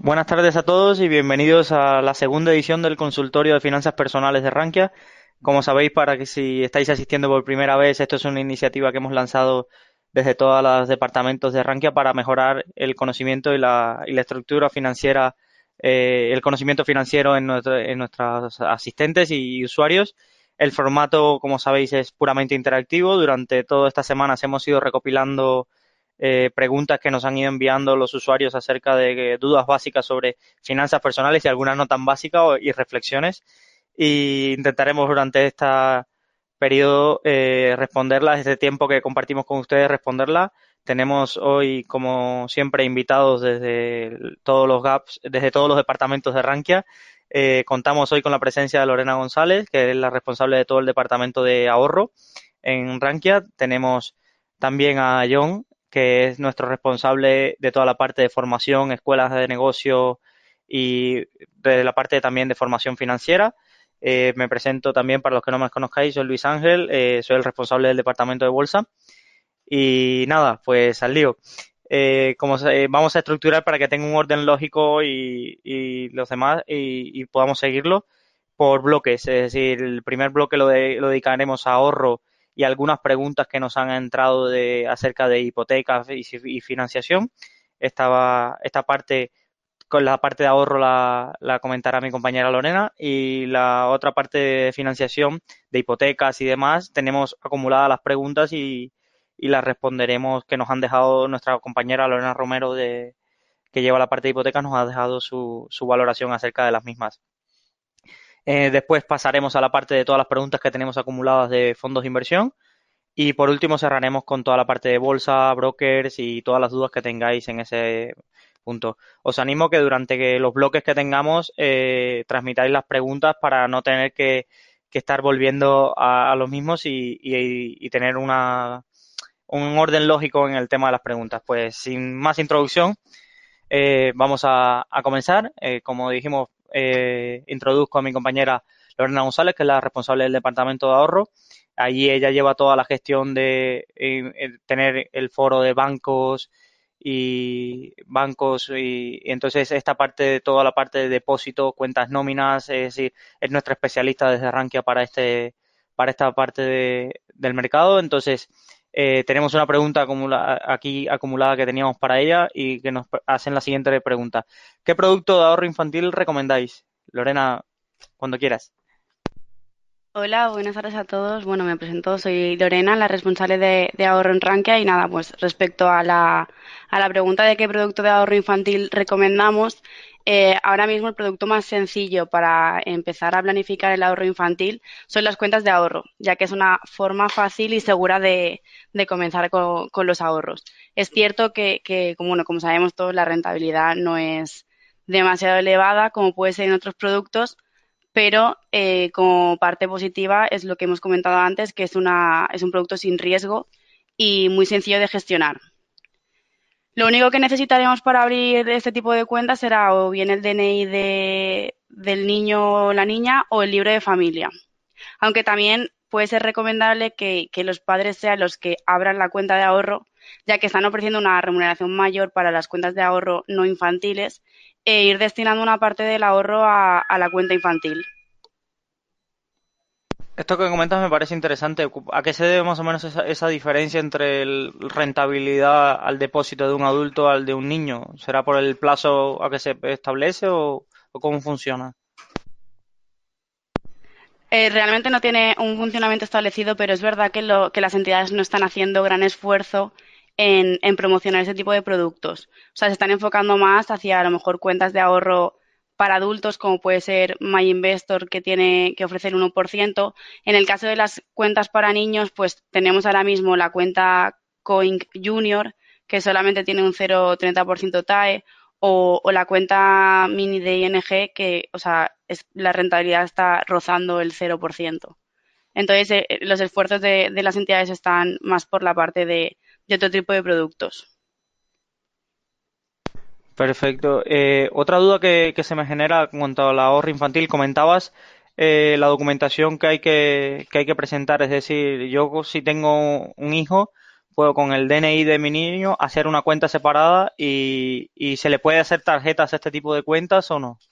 Buenas tardes a todos y bienvenidos a la segunda edición del consultorio de finanzas personales de Rankia. Como sabéis, para que si estáis asistiendo por primera vez, esto es una iniciativa que hemos lanzado desde todos los departamentos de Rankia para mejorar el conocimiento y la estructura financiera, el conocimiento financiero en nuestros asistentes y usuarios. El formato, como sabéis, es puramente interactivo. Durante todas estas semanas hemos ido recopilando preguntas que nos han ido enviando los usuarios acerca de dudas básicas sobre finanzas personales y algunas no tan básicas y reflexiones. Y intentaremos durante este periodo responderlas, este tiempo que compartimos con ustedes, responderlas. Tenemos hoy, como siempre, invitados desde todos los GAPs, desde todos los departamentos de Rankia. Contamos hoy con la presencia de Lorena González, que es la responsable de todo el departamento de ahorro en Rankia. Tenemos también a John, que es nuestro responsable de toda la parte de formación, escuelas de negocio y de la parte también de formación financiera. Me presento también para los que no me conozcáis, soy Luis Ángel, soy el responsable del departamento de bolsa. Y nada, pues al lío. Vamos a estructurar para que tenga un orden lógico y los demás y podamos seguirlo por bloques. Es decir, el primer bloque lo dedicaremos a ahorro y algunas preguntas que nos han entrado acerca de hipotecas y financiación. Esta parte, con la parte de ahorro la comentará mi compañera Lorena y la otra parte de financiación, de hipotecas y demás, tenemos acumuladas las preguntas y las responderemos que nos han dejado nuestra compañera Lorena Romero, que lleva la parte de hipotecas, nos ha dejado su valoración acerca de las mismas. Después pasaremos a la parte de todas las preguntas que tenemos acumuladas de fondos de inversión. Y por último cerraremos con toda la parte de bolsa, brokers y todas las dudas que tengáis en ese punto. Os animo que durante los bloques que tengamos transmitáis las preguntas para no tener que estar volviendo a los mismos y tener un orden lógico en el tema de las preguntas. Pues sin más introducción, vamos a comenzar. Como dijimos, introduzco a mi compañera Lorena González, que es la responsable del departamento de ahorro. Allí ella lleva toda la gestión de tener el foro de bancos y entonces esta parte de toda la parte de depósitos, cuentas nóminas, es decir, es nuestra especialista desde Rankia para esta parte del mercado. Entonces, tenemos una pregunta aquí acumulada que teníamos para ella y que nos hacen la siguiente pregunta. ¿Qué producto de ahorro infantil recomendáis? Lorena, cuando quieras. Hola, buenas tardes a todos. Bueno, me presento, soy Lorena, la responsable de ahorro en Rankia y nada, pues respecto a la pregunta de qué producto de ahorro infantil recomendamos, ahora mismo el producto más sencillo para empezar a planificar el ahorro infantil son las cuentas de ahorro, ya que es una forma fácil y segura de comenzar con los ahorros. Es cierto que como, bueno, como sabemos todos, la rentabilidad no es demasiado elevada como puede ser en otros productos, pero como parte positiva es lo que hemos comentado antes, que es un producto sin riesgo y muy sencillo de gestionar. Lo único que necesitaremos para abrir este tipo de cuentas será o bien el DNI del niño o la niña o el libro de familia. Aunque también puede ser recomendable que los padres sean los que abran la cuenta de ahorro, ya que están ofreciendo una remuneración mayor para las cuentas de ahorro no infantiles e ir destinando una parte del ahorro a la cuenta infantil. Esto que comentas me parece interesante. ¿A qué se debe más o menos esa diferencia entre rentabilidad al depósito de un adulto al de un niño? ¿Será por el plazo a que se establece o cómo funciona? Realmente no tiene un funcionamiento establecido, pero es verdad que las entidades no están haciendo gran esfuerzo en promocionar ese tipo de productos. O sea, se están enfocando más hacia a lo mejor cuentas de ahorro para adultos, como puede ser MyInvestor, que ofrece el 1%. En el caso de las cuentas para niños, pues tenemos ahora mismo la cuenta Coin Junior, que solamente tiene un 0,30% TAE, o la cuenta mini de ING, que, o sea, la rentabilidad está rozando el 0%. Entonces, los esfuerzos de las entidades están más por la parte de otro tipo de productos. Perfecto. Otra duda que se me genera en cuanto al ahorro infantil, comentabas la documentación que hay que presentar. Es decir, yo si tengo un hijo, puedo con el DNI de mi niño hacer una cuenta separada y se le puede hacer tarjetas a este tipo de cuentas o no.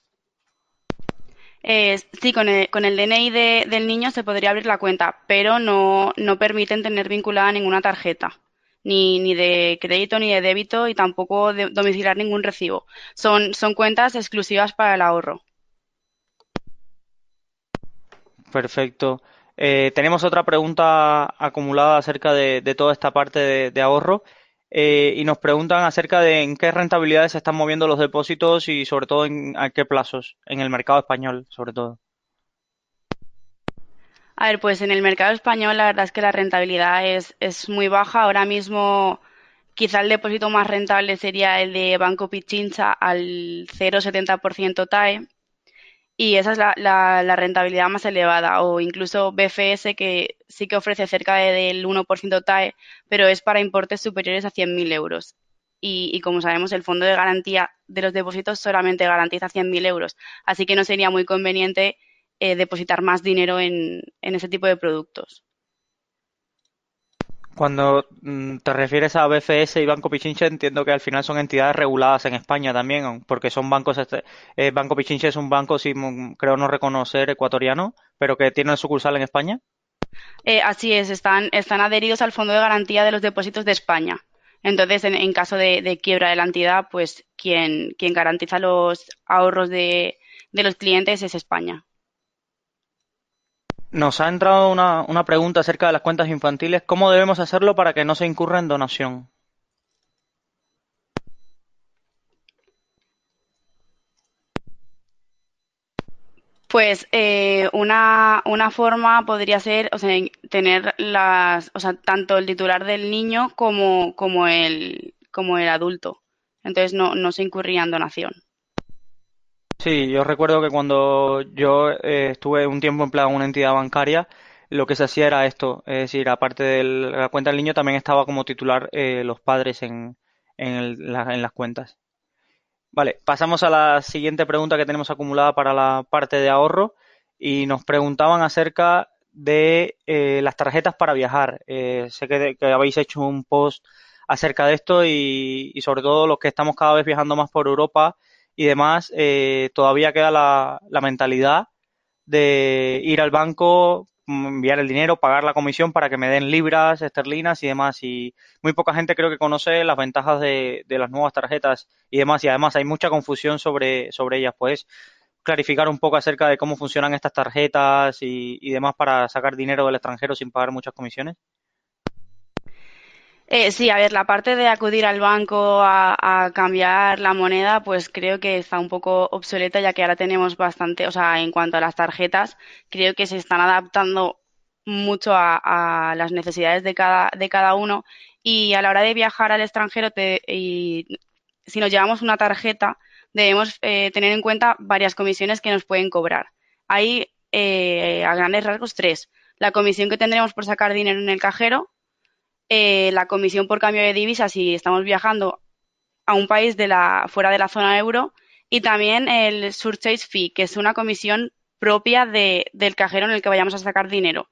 Sí, con el DNI del niño se podría abrir la cuenta, pero no permiten tener vinculada ninguna tarjeta, ni de crédito ni de débito y tampoco domiciliar ningún recibo. Son cuentas exclusivas para el ahorro. Perfecto. Tenemos otra pregunta acumulada acerca de toda esta parte de ahorro y nos preguntan acerca de en qué rentabilidades se están moviendo los depósitos y sobre todo en a qué plazos en el mercado español, sobre todo. A ver, pues en el mercado español la verdad es que la rentabilidad es muy baja. Ahora mismo quizá el depósito más rentable sería el de Banco Pichincha al 0,70% TAE y esa es la rentabilidad más elevada. O incluso BFS que sí que ofrece cerca del 1% TAE, pero es para importes superiores a 100.000 euros. Y como sabemos, el fondo de garantía de los depósitos solamente garantiza 100.000 euros, así que no sería muy conveniente depositar más dinero en ese tipo de productos. Cuando te refieres a BFS y Banco Pichinche, entiendo que al final son entidades reguladas en España también, porque son bancos. Banco Pichinche es un banco, sí, creo no reconocer ecuatoriano, pero que tiene sucursal en España. Así es, están adheridos al Fondo de Garantía de los Depósitos de España. Entonces, en caso de quiebra de la entidad, pues quien garantiza los ahorros de los clientes es España. Nos ha entrado una pregunta acerca de las cuentas infantiles. ¿Cómo debemos hacerlo para que no se incurra en donación? Pues una forma podría ser, o sea, tener o sea, tanto el titular del niño como el adulto. Entonces no se incurría en donación. Sí, yo recuerdo que cuando yo estuve un tiempo empleado en una entidad bancaria, lo que se hacía era esto, es decir, aparte de la cuenta del niño, también estaba como titular los padres en las cuentas. Vale, pasamos a la siguiente pregunta que tenemos acumulada para la parte de ahorro y nos preguntaban acerca de las tarjetas para viajar. Sé que habéis hecho un post acerca de esto y sobre todo los que estamos cada vez viajando más por Europa y demás, todavía queda la mentalidad de ir al banco, enviar el dinero, pagar la comisión para que me den libras, esterlinas y demás. Y muy poca gente creo que conoce las ventajas de las nuevas tarjetas y demás. Y además hay mucha confusión sobre ellas. Puedes clarificar un poco acerca de cómo funcionan estas tarjetas y demás para sacar dinero del extranjero sin pagar muchas comisiones. Sí, a ver, la parte de acudir al banco a cambiar la moneda, pues creo que está un poco obsoleta ya que ahora tenemos bastante, o sea, en cuanto a las tarjetas, creo que se están adaptando mucho a las necesidades de cada uno y a la hora de viajar al extranjero, y si nos llevamos una tarjeta, debemos tener en cuenta varias comisiones que nos pueden cobrar. Hay, a grandes rasgos, tres. La comisión que tendremos por sacar dinero en el cajero, la comisión por cambio de divisas si estamos viajando a un país fuera de la zona euro y también el surcharge fee, que es una comisión propia del cajero en el que vayamos a sacar dinero.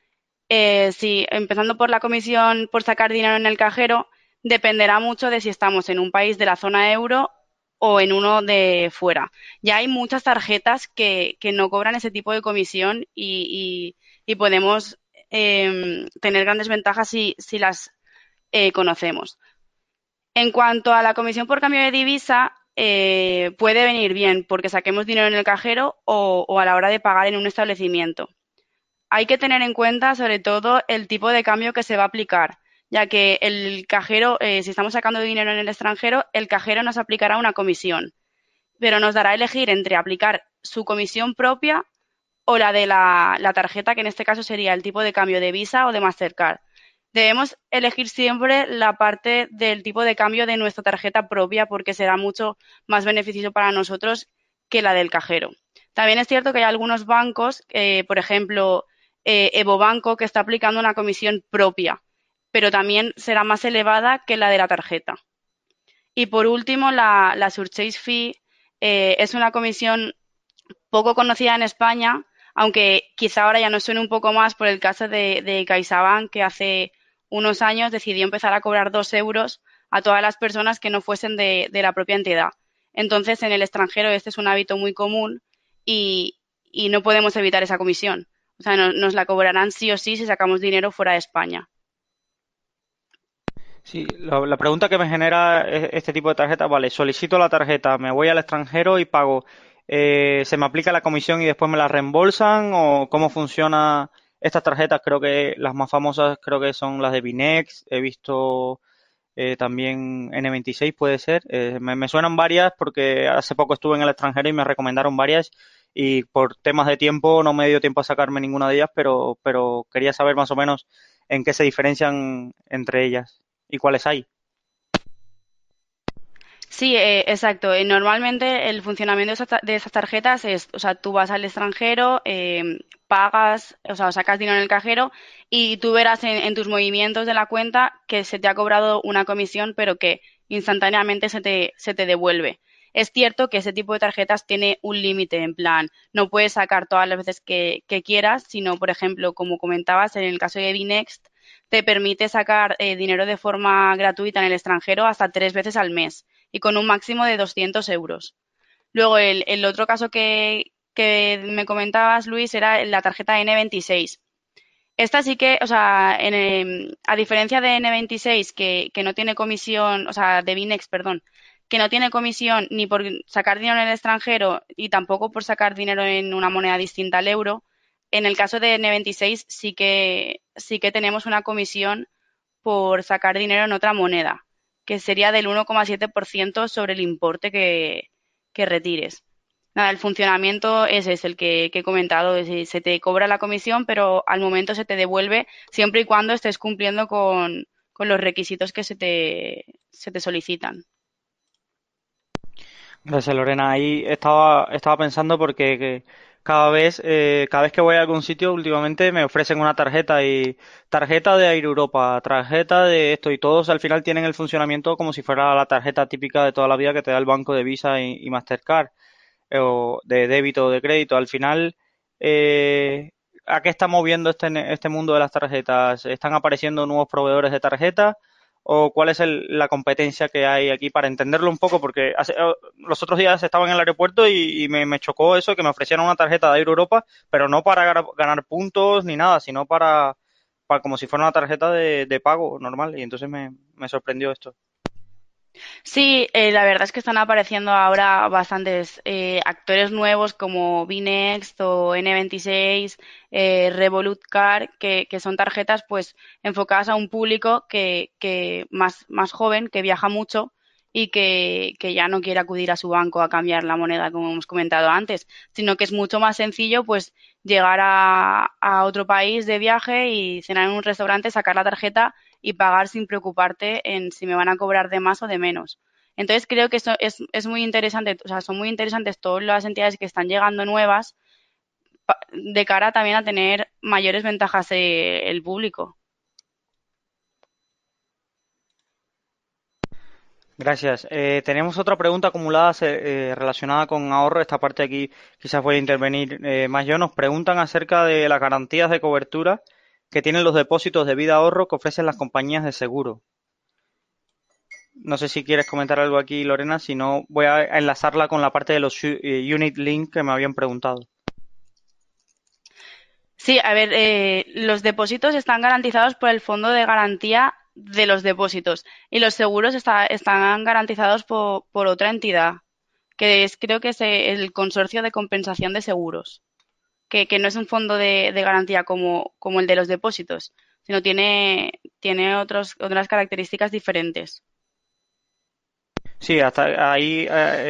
Sí, empezando por la comisión por sacar dinero en el cajero, dependerá mucho de si estamos en un país de la zona euro o en uno de fuera. Ya hay muchas tarjetas que no cobran ese tipo de comisión y podemos tener grandes ventajas si las conocemos. En cuanto a la comisión por cambio de divisa, puede venir bien porque saquemos dinero en el cajero o a la hora de pagar en un establecimiento. Hay que tener en cuenta sobre todo el tipo de cambio que se va a aplicar, ya que el cajero, si estamos sacando dinero en el extranjero, el cajero nos aplicará una comisión, pero nos dará a elegir entre aplicar su comisión propia o la de la tarjeta, que en este caso sería el tipo de cambio de Visa o de Mastercard. Debemos elegir siempre la parte del tipo de cambio de nuestra tarjeta propia porque será mucho más beneficioso para nosotros que la del cajero. También es cierto que hay algunos bancos, por ejemplo, Evo Banco, que está aplicando una comisión propia, pero también será más elevada que la de la tarjeta. Y por último, la surcharge fee es una comisión poco conocida en España, aunque quizá ahora ya nos suene un poco más por el caso de CaixaBank, que hace unos años decidió empezar a cobrar 2 euros a todas las personas que no fuesen de la propia entidad. Entonces, en el extranjero este es un hábito muy común y no podemos evitar esa comisión. O sea, nos la cobrarán sí o sí si sacamos dinero fuera de España. Sí, la pregunta que me genera este tipo de tarjeta, vale, solicito la tarjeta, me voy al extranjero y pago. ¿Se me aplica la comisión y después me la reembolsan? ¿O cómo funciona estas tarjetas? Creo que las más famosas creo que son las de Binex. He visto también N26 puede ser. Me suenan varias porque hace poco estuve en el extranjero y me recomendaron varias y por temas de tiempo no me dio tiempo a sacarme ninguna de ellas, pero quería saber más o menos en qué se diferencian entre ellas y cuáles hay. Sí, exacto. Normalmente el funcionamiento de esas tarjetas es, o sea, tú vas al extranjero, pagas, o sea, sacas dinero en el cajero y tú verás en tus movimientos de la cuenta que se te ha cobrado una comisión, pero que instantáneamente se te devuelve. Es cierto que ese tipo de tarjetas tiene un límite, en plan, no puedes sacar todas las veces que quieras, sino, por ejemplo, como comentabas, en el caso de Binext, te permite sacar dinero de forma gratuita en el extranjero hasta 3 veces al mes y con un máximo de 200 euros. Luego, el otro caso que me comentabas, Luis, era la tarjeta N26. Esta sí que, o sea, a diferencia de N26, que no tiene comisión, o sea, de Binex, perdón, que no tiene comisión ni por sacar dinero en el extranjero y tampoco por sacar dinero en una moneda distinta al euro, en el caso de N26 sí que tenemos una comisión por sacar dinero en otra moneda, que sería del 1,7% sobre el importe que retires. Nada, el funcionamiento ese es el que he comentado, es decir, se te cobra la comisión, pero al momento se te devuelve siempre y cuando estés cumpliendo con los requisitos que se te solicitan. Gracias, Lorena. Ahí estaba pensando porque cada vez que voy a algún sitio últimamente me ofrecen una tarjeta y tarjeta de Air Europa, tarjeta de esto y todos al final tienen el funcionamiento como si fuera la tarjeta típica de toda la vida que te da el banco de Visa y Mastercard o de débito o de crédito. Al final, ¿a qué está moviendo este mundo de las tarjetas? ¿Están apareciendo nuevos proveedores de tarjetas? ¿O cuál es la competencia que hay aquí para entenderlo un poco? Porque los otros días estaba en el aeropuerto y me chocó eso, que me ofrecieron una tarjeta de Air Europa, pero no para ganar puntos ni nada, sino para como si fuera una tarjeta de pago normal. Y entonces me sorprendió esto. Sí, la verdad es que están apareciendo ahora bastantes actores nuevos como Binext o N26, Revolut Card, que son tarjetas pues enfocadas a un público que más joven, que viaja mucho y que ya no quiere acudir a su banco a cambiar la moneda, como hemos comentado antes, sino que es mucho más sencillo pues llegar a otro país de viaje y cenar en un restaurante, sacar la tarjeta y pagar sin preocuparte en si me van a cobrar de más o de menos. Entonces creo que eso es muy interesante, o sea, son muy interesantes todas las entidades que están llegando nuevas de cara también a tener mayores ventajas el público. Gracias. Tenemos otra pregunta acumulada relacionada con ahorro. Esta parte aquí quizás voy a intervenir más yo. Nos preguntan acerca de las garantías de cobertura que tienen los depósitos de vida ahorro que ofrecen las compañías de seguro. No sé si quieres comentar algo aquí, Lorena. Si no, voy a enlazarla con la parte de los unit link que me habían preguntado. Sí, a ver, los depósitos están garantizados por el Fondo de Garantía de los Depósitos y los seguros están garantizados por otra entidad, que es creo que es el Consorcio de Compensación de Seguros. Que no es un fondo de garantía como el de los depósitos, sino tiene otras características diferentes. Sí, hasta ahí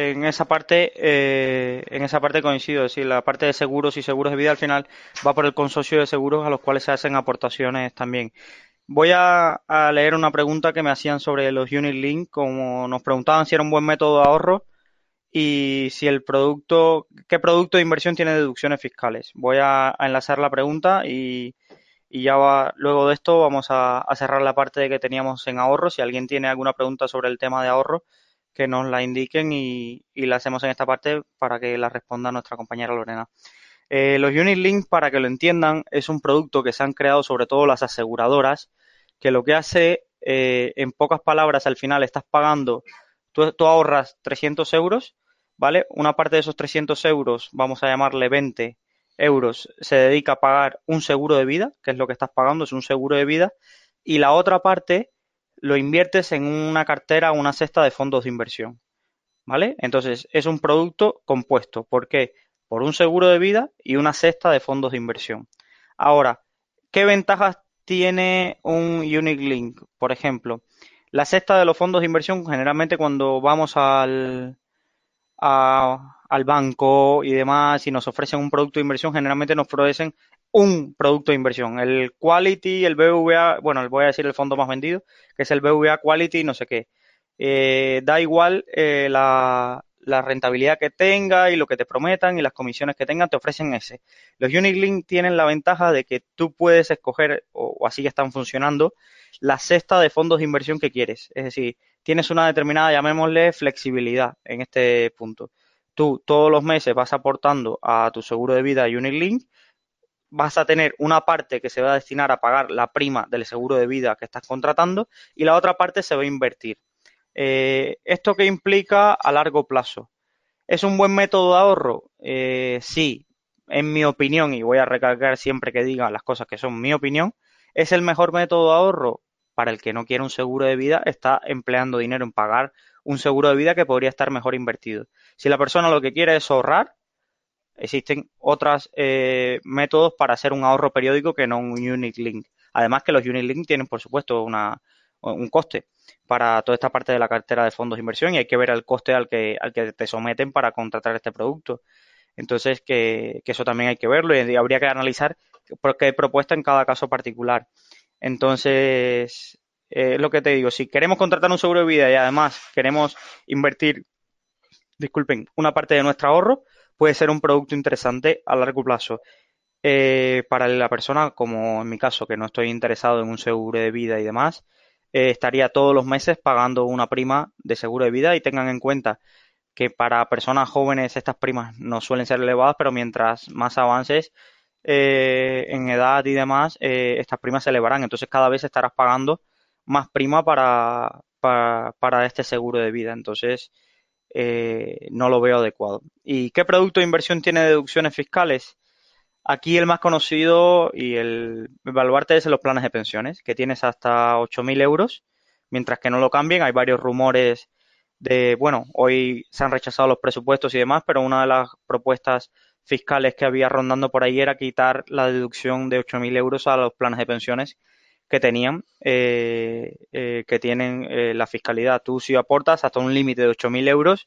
en esa parte coincido. Sí, la parte de seguros y seguros de vida al final va por el consorcio de seguros a los cuales se hacen aportaciones también. Voy a leer una pregunta que me hacían sobre los Unit Link, como nos preguntaban si era un buen método de ahorro y si qué producto de inversión tiene deducciones fiscales. Voy a enlazar la pregunta y luego de esto vamos a cerrar la parte de que teníamos en ahorro. Si alguien tiene alguna pregunta sobre el tema de ahorro, que nos la indiquen y la hacemos en esta parte para que la responda nuestra compañera Lorena. Los Unit Link, para que lo entiendan, es un producto que se han creado sobre todo las aseguradoras que lo que hace, en pocas palabras, al final estás pagando, tú ahorras 300 euros, ¿vale? Una parte de esos 300 euros, vamos a llamarle 20 euros, se dedica a pagar un seguro de vida, que es lo que estás pagando, es un seguro de vida, y la otra parte lo inviertes en una cartera, una cesta de fondos de inversión, ¿vale? Entonces, es un producto compuesto. ¿Por qué? Por un seguro de vida y una cesta de fondos de inversión. Ahora, ¿qué ventajas tiene un Unit Link? Por ejemplo, la cesta de los fondos de inversión, generalmente cuando vamos al banco y demás y nos ofrecen un producto de inversión, generalmente nos ofrecen un producto de inversión. El Quality, el BVA, bueno, voy a decir el fondo más vendido, que es el BVA Quality, no sé qué. Da igual la rentabilidad que tenga y lo que te prometan y las comisiones que tengan, te ofrecen ese. Los Unit Link tienen la ventaja de que tú puedes escoger, o así están funcionando, la cesta de fondos de inversión que quieres. Es decir, tienes una determinada, llamémosle, flexibilidad en este punto. Tú todos los meses vas aportando a tu seguro de vida Unit Link, vas a tener una parte que se va a destinar a pagar la prima del seguro de vida que estás contratando y la otra parte se va a invertir. ¿Esto qué implica a largo plazo? ¿Es un buen método de ahorro? Sí, en mi opinión, y voy a recalcar siempre que diga las cosas que son mi opinión, ¿es el mejor método de ahorro? Para el que no quiere un seguro de vida, está empleando dinero en pagar un seguro de vida que podría estar mejor invertido. Si la persona lo que quiere es ahorrar, existen otros métodos para hacer un ahorro periódico que no un unit link. Además que los unit link tienen, por supuesto, un coste para toda esta parte de la cartera de fondos de inversión y hay que ver el coste al que te someten para contratar este producto. Entonces, que eso también hay que verlo y habría que analizar por qué propuesta en cada caso particular. Entonces, lo que te digo, si queremos contratar un seguro de vida y además queremos invertir, disculpen, una parte de nuestro ahorro, puede ser un producto interesante a largo plazo. Para la persona, como en mi caso, que no estoy interesado en un seguro de vida y demás, estaría todos los meses pagando una prima de seguro de vida y tengan en cuenta que para personas jóvenes estas primas no suelen ser elevadas, pero mientras más avances en edad y demás, estas primas se elevarán. Entonces cada vez estarás pagando más prima para este seguro de vida. Entonces no lo veo adecuado. ¿Y qué producto de inversión tiene deducciones fiscales? Aquí el más conocido y el baluarte es en los planes de pensiones, que tienes hasta 8.000 euros, mientras que no lo cambien. Hay varios rumores de, bueno, hoy se han rechazado los presupuestos y demás, pero una de las propuestas fiscales que había rondando por ahí era quitar la deducción de 8.000 euros a los planes de pensiones que tenían, que tienen la fiscalidad. Tú si aportas hasta un límite de 8.000 euros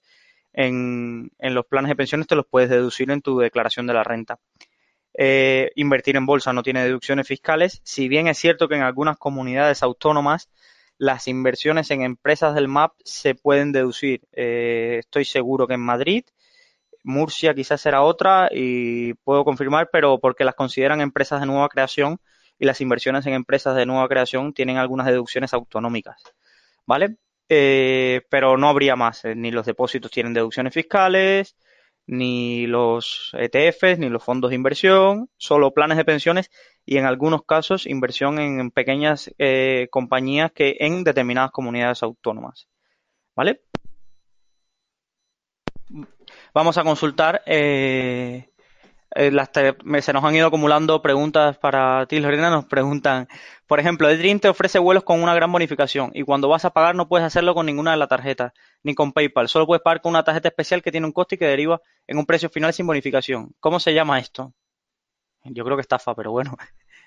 en los planes de pensiones te los puedes deducir en tu declaración de la renta. Invertir en bolsa no tiene deducciones fiscales, si bien es cierto que en algunas comunidades autónomas las inversiones en empresas del MAP se pueden deducir. Estoy seguro que en Madrid, Murcia quizás será otra y puedo confirmar, pero porque las consideran empresas de nueva creación y las inversiones en empresas de nueva creación tienen algunas deducciones autonómicas, ¿vale? Pero no habría más, ni los depósitos tienen deducciones fiscales, ni los ETFs, ni los fondos de inversión, solo planes de pensiones y en algunos casos inversión en pequeñas compañías que en determinadas comunidades autónomas, ¿vale? Vamos a consultar. Se nos han ido acumulando preguntas para ti, Lorena. Nos preguntan, por ejemplo, el Dream te ofrece vuelos con una gran bonificación y cuando vas a pagar no puedes hacerlo con ninguna de las tarjetas, ni con PayPal. Solo puedes pagar con una tarjeta especial que tiene un coste y que deriva en un precio final sin bonificación. ¿Cómo se llama esto? Yo creo que estafa, pero bueno.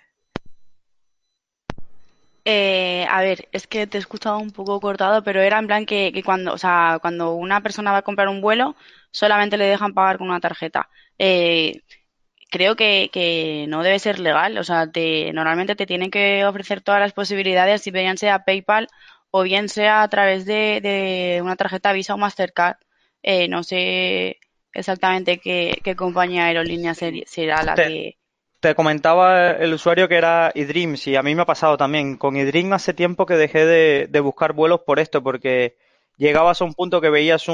A ver, es que te he escuchado un poco cortado, pero era en plan que cuando, o sea, cuando una persona va a comprar un vuelo, solamente le dejan pagar con una tarjeta. Creo que no debe ser legal, o sea, normalmente te tienen que ofrecer todas las posibilidades, si bien sea PayPal o bien sea a través de una tarjeta Visa o Mastercard. No sé exactamente qué compañía aerolínea será la Te, que... te comentaba el usuario que era eDreams y a mí me ha pasado también. Con eDreams hace tiempo que dejé de buscar vuelos por esto, porque llegabas a un punto que veías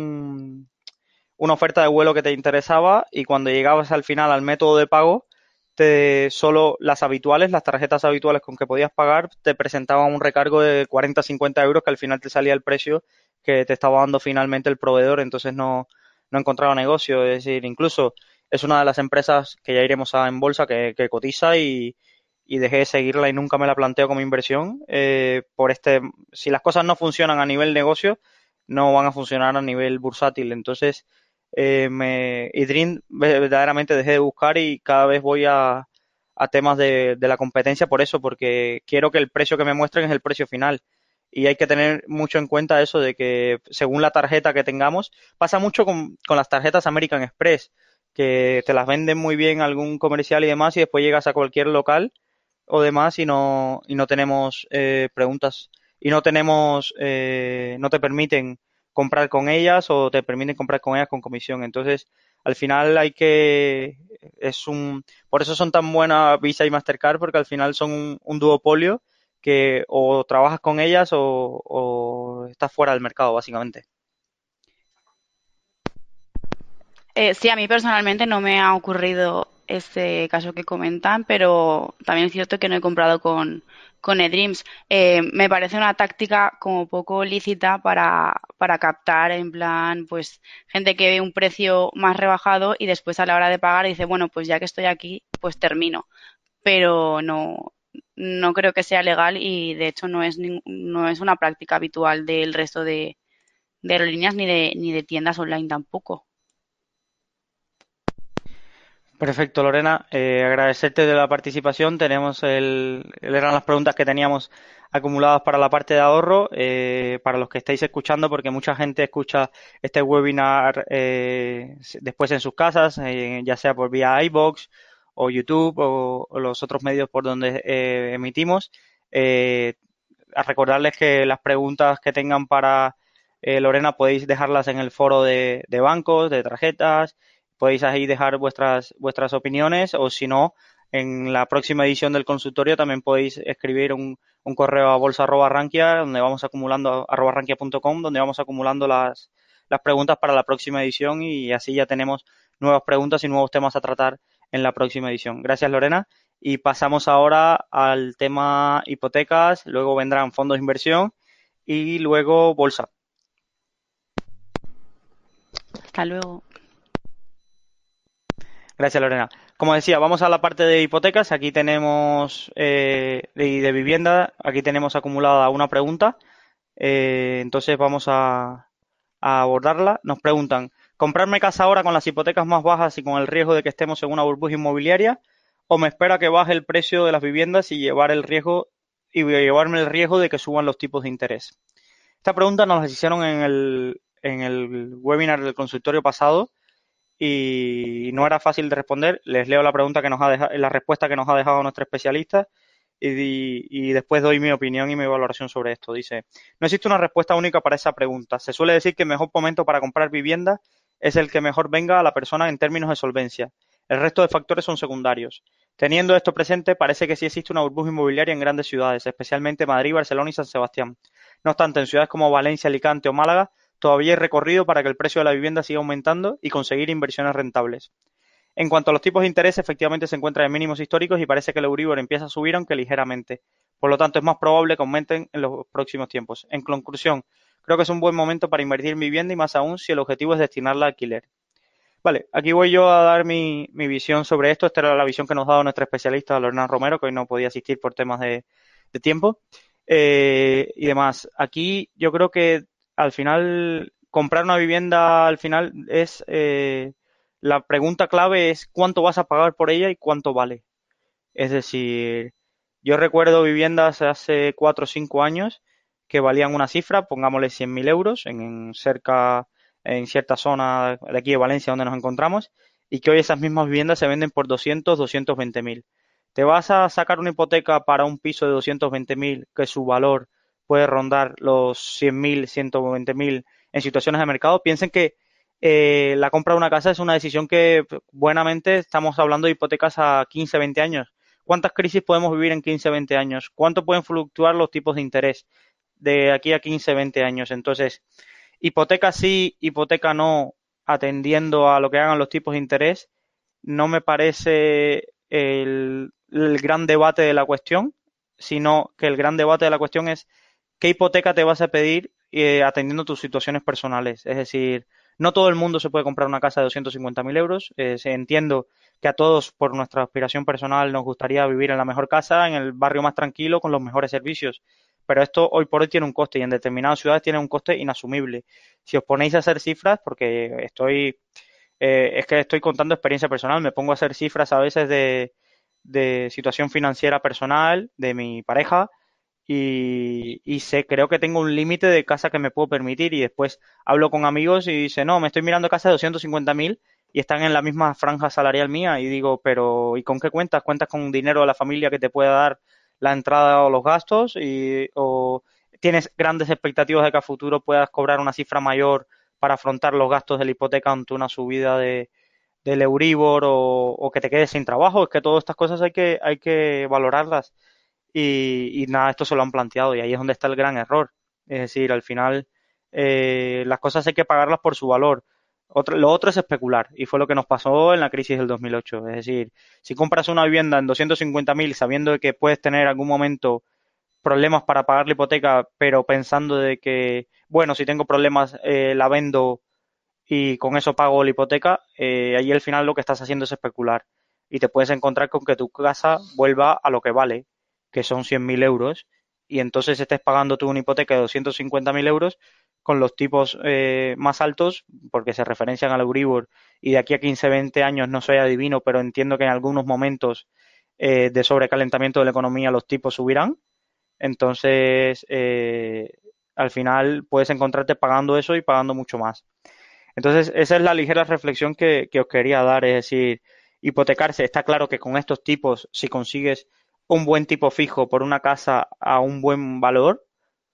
una oferta de vuelo que te interesaba y cuando llegabas al final al método de pago solo las habituales, las tarjetas habituales con que podías pagar, te presentaban un recargo de 40-50 euros que al final te salía el precio que te estaba dando finalmente el proveedor, entonces no encontraba negocio. Es decir, incluso es una de las empresas que ya iremos a en bolsa que cotiza y dejé de seguirla y nunca me la planteo como inversión. Si las cosas no funcionan a nivel negocio, no van a funcionar a nivel bursátil. Entonces, Idrin verdaderamente dejé de buscar y cada vez voy a temas de la competencia por eso, porque quiero que el precio que me muestren es el precio final. Y hay que tener mucho en cuenta eso de que según la tarjeta que tengamos, pasa mucho con las tarjetas American Express, que te las venden muy bien algún comercial y demás, y después llegas a cualquier local o demás y no tenemos preguntas y no te permiten comprar con ellas o te permiten comprar con ellas con comisión. Entonces, al final por eso son tan buenas Visa y Mastercard, porque al final son un duopolio que o trabajas con ellas o estás fuera del mercado, básicamente. Sí, a mí personalmente no me ha ocurrido ese caso que comentan, pero también es cierto que no he comprado con eDreams. Me parece una táctica como poco lícita para captar en plan, pues, gente que ve un precio más rebajado y después a la hora de pagar dice, bueno, pues ya que estoy aquí, pues termino. Pero no creo que sea legal y de hecho no es una práctica habitual del resto de aerolíneas ni de tiendas online tampoco. Perfecto, Lorena. Agradecerte de la participación. Eran las preguntas que teníamos acumuladas para la parte de ahorro, para los que estáis escuchando, porque mucha gente escucha este webinar después en sus casas, ya sea por vía iVoox o YouTube o los otros medios por donde emitimos. Eh, a recordarles que las preguntas que tengan para Lorena podéis dejarlas en el foro de bancos, de tarjetas. Podéis ahí dejar vuestras opiniones o si no, en la próxima edición del consultorio también podéis escribir un correo a bolsa@rankia donde vamos acumulando @rankia.com donde vamos acumulando las preguntas para la próxima edición y así ya tenemos nuevas preguntas y nuevos temas a tratar en la próxima edición. Gracias, Lorena. Y pasamos ahora al tema hipotecas, luego vendrán fondos de inversión y luego bolsa. Hasta luego. Gracias, Lorena. Como decía, vamos a la parte de hipotecas. Aquí tenemos, de vivienda, aquí tenemos acumulada una pregunta. Entonces vamos a abordarla. Nos preguntan, ¿comprarme casa ahora con las hipotecas más bajas y con el riesgo de que estemos en una burbuja inmobiliaria? ¿O me espera que baje el precio de las viviendas y llevarme el riesgo de que suban los tipos de interés? Esta pregunta nos la hicieron en el webinar del consultorio pasado y no era fácil de responder. Les leo la pregunta que nos ha dejado, la respuesta que nos ha dejado nuestro especialista y después doy mi opinión y mi valoración sobre esto. Dice, no existe una respuesta única para esa pregunta. Se suele decir que el mejor momento para comprar vivienda es el que mejor venga a la persona en términos de solvencia. El resto de factores son secundarios. Teniendo esto presente, parece que sí existe una burbuja inmobiliaria en grandes ciudades, especialmente Madrid, Barcelona y San Sebastián. No obstante, en ciudades como Valencia, Alicante o Málaga, todavía hay recorrido para que el precio de la vivienda siga aumentando y conseguir inversiones rentables. En cuanto a los tipos de interés, efectivamente se encuentran en mínimos históricos y parece que el Euribor empieza a subir, aunque ligeramente. Por lo tanto, es más probable que aumenten en los próximos tiempos. En conclusión, creo que es un buen momento para invertir en vivienda y más aún si el objetivo es destinarla a alquiler. Vale, aquí voy yo a dar mi visión sobre esto. Esta era la visión que nos ha dado nuestra especialista Lorena Romero, que hoy no podía asistir por temas de tiempo y demás. Aquí yo creo que al final comprar una vivienda al final la pregunta clave es cuánto vas a pagar por ella y cuánto vale. Es decir, yo recuerdo viviendas hace 4 o 5 años que valían una cifra, pongámosle 100.000 euros en cierta zona de aquí de Valencia donde nos encontramos, y que hoy esas mismas viviendas se venden por 220.000. ¿Te vas a sacar una hipoteca para un piso de 220.000 que su valor puede rondar los 100.000, 120.000 en situaciones de mercado? Piensen que la compra de una casa es una decisión que buenamente estamos hablando de hipotecas a 15, 20 años. ¿Cuántas crisis podemos vivir en 15, 20 años? ¿Cuánto pueden fluctuar los tipos de interés de aquí a 15, 20 años? Entonces, hipoteca sí, hipoteca no, atendiendo a lo que hagan los tipos de interés, no me parece el gran debate de la cuestión, sino que el gran debate de la cuestión es qué hipoteca te vas a pedir atendiendo tus situaciones personales. Es decir, no todo el mundo se puede comprar una casa de 250.000 euros. Entiendo que a todos, por nuestra aspiración personal, nos gustaría vivir en la mejor casa, en el barrio más tranquilo, con los mejores servicios. Pero esto hoy por hoy tiene un coste y en determinadas ciudades tiene un coste inasumible. Si os ponéis a hacer cifras, porque es que estoy contando experiencia personal, me pongo a hacer cifras a veces de situación financiera personal de mi pareja y sé, creo que tengo un límite de casa que me puedo permitir y después hablo con amigos y dice, no, me estoy mirando casas de 250.000 y están en la misma franja salarial mía y digo, pero ¿y con qué cuentas? ¿Cuentas con dinero de la familia que te pueda dar la entrada o los gastos? ¿O tienes grandes expectativas de que a futuro puedas cobrar una cifra mayor para afrontar los gastos de la hipoteca ante una subida del Euribor o que te quedes sin trabajo? Es que todas estas cosas hay que valorarlas y nada, esto se lo han planteado y ahí es donde está el gran error. Es decir, al final las cosas hay que pagarlas por su valor. Lo otro es especular y fue lo que nos pasó en la crisis del 2008. Es decir, si compras una vivienda en 250.000 sabiendo de que puedes tener en algún momento problemas para pagar la hipoteca, pero pensando de que, bueno, si tengo problemas la vendo y con eso pago la hipoteca, ahí al final lo que estás haciendo es especular y te puedes encontrar con que tu casa vuelva a lo que vale, que son 100.000 euros, y entonces estés pagando tú una hipoteca de 250.000 euros con los tipos más altos, porque se referencian al Euribor, y de aquí a 15, 20 años no soy adivino, pero entiendo que en algunos momentos de sobrecalentamiento de la economía los tipos subirán, entonces al final puedes encontrarte pagando eso y pagando mucho más. Entonces, esa es la ligera reflexión que os quería dar, es decir, hipotecarse. Está claro que con estos tipos, si consigues un buen tipo fijo por una casa a un buen valor,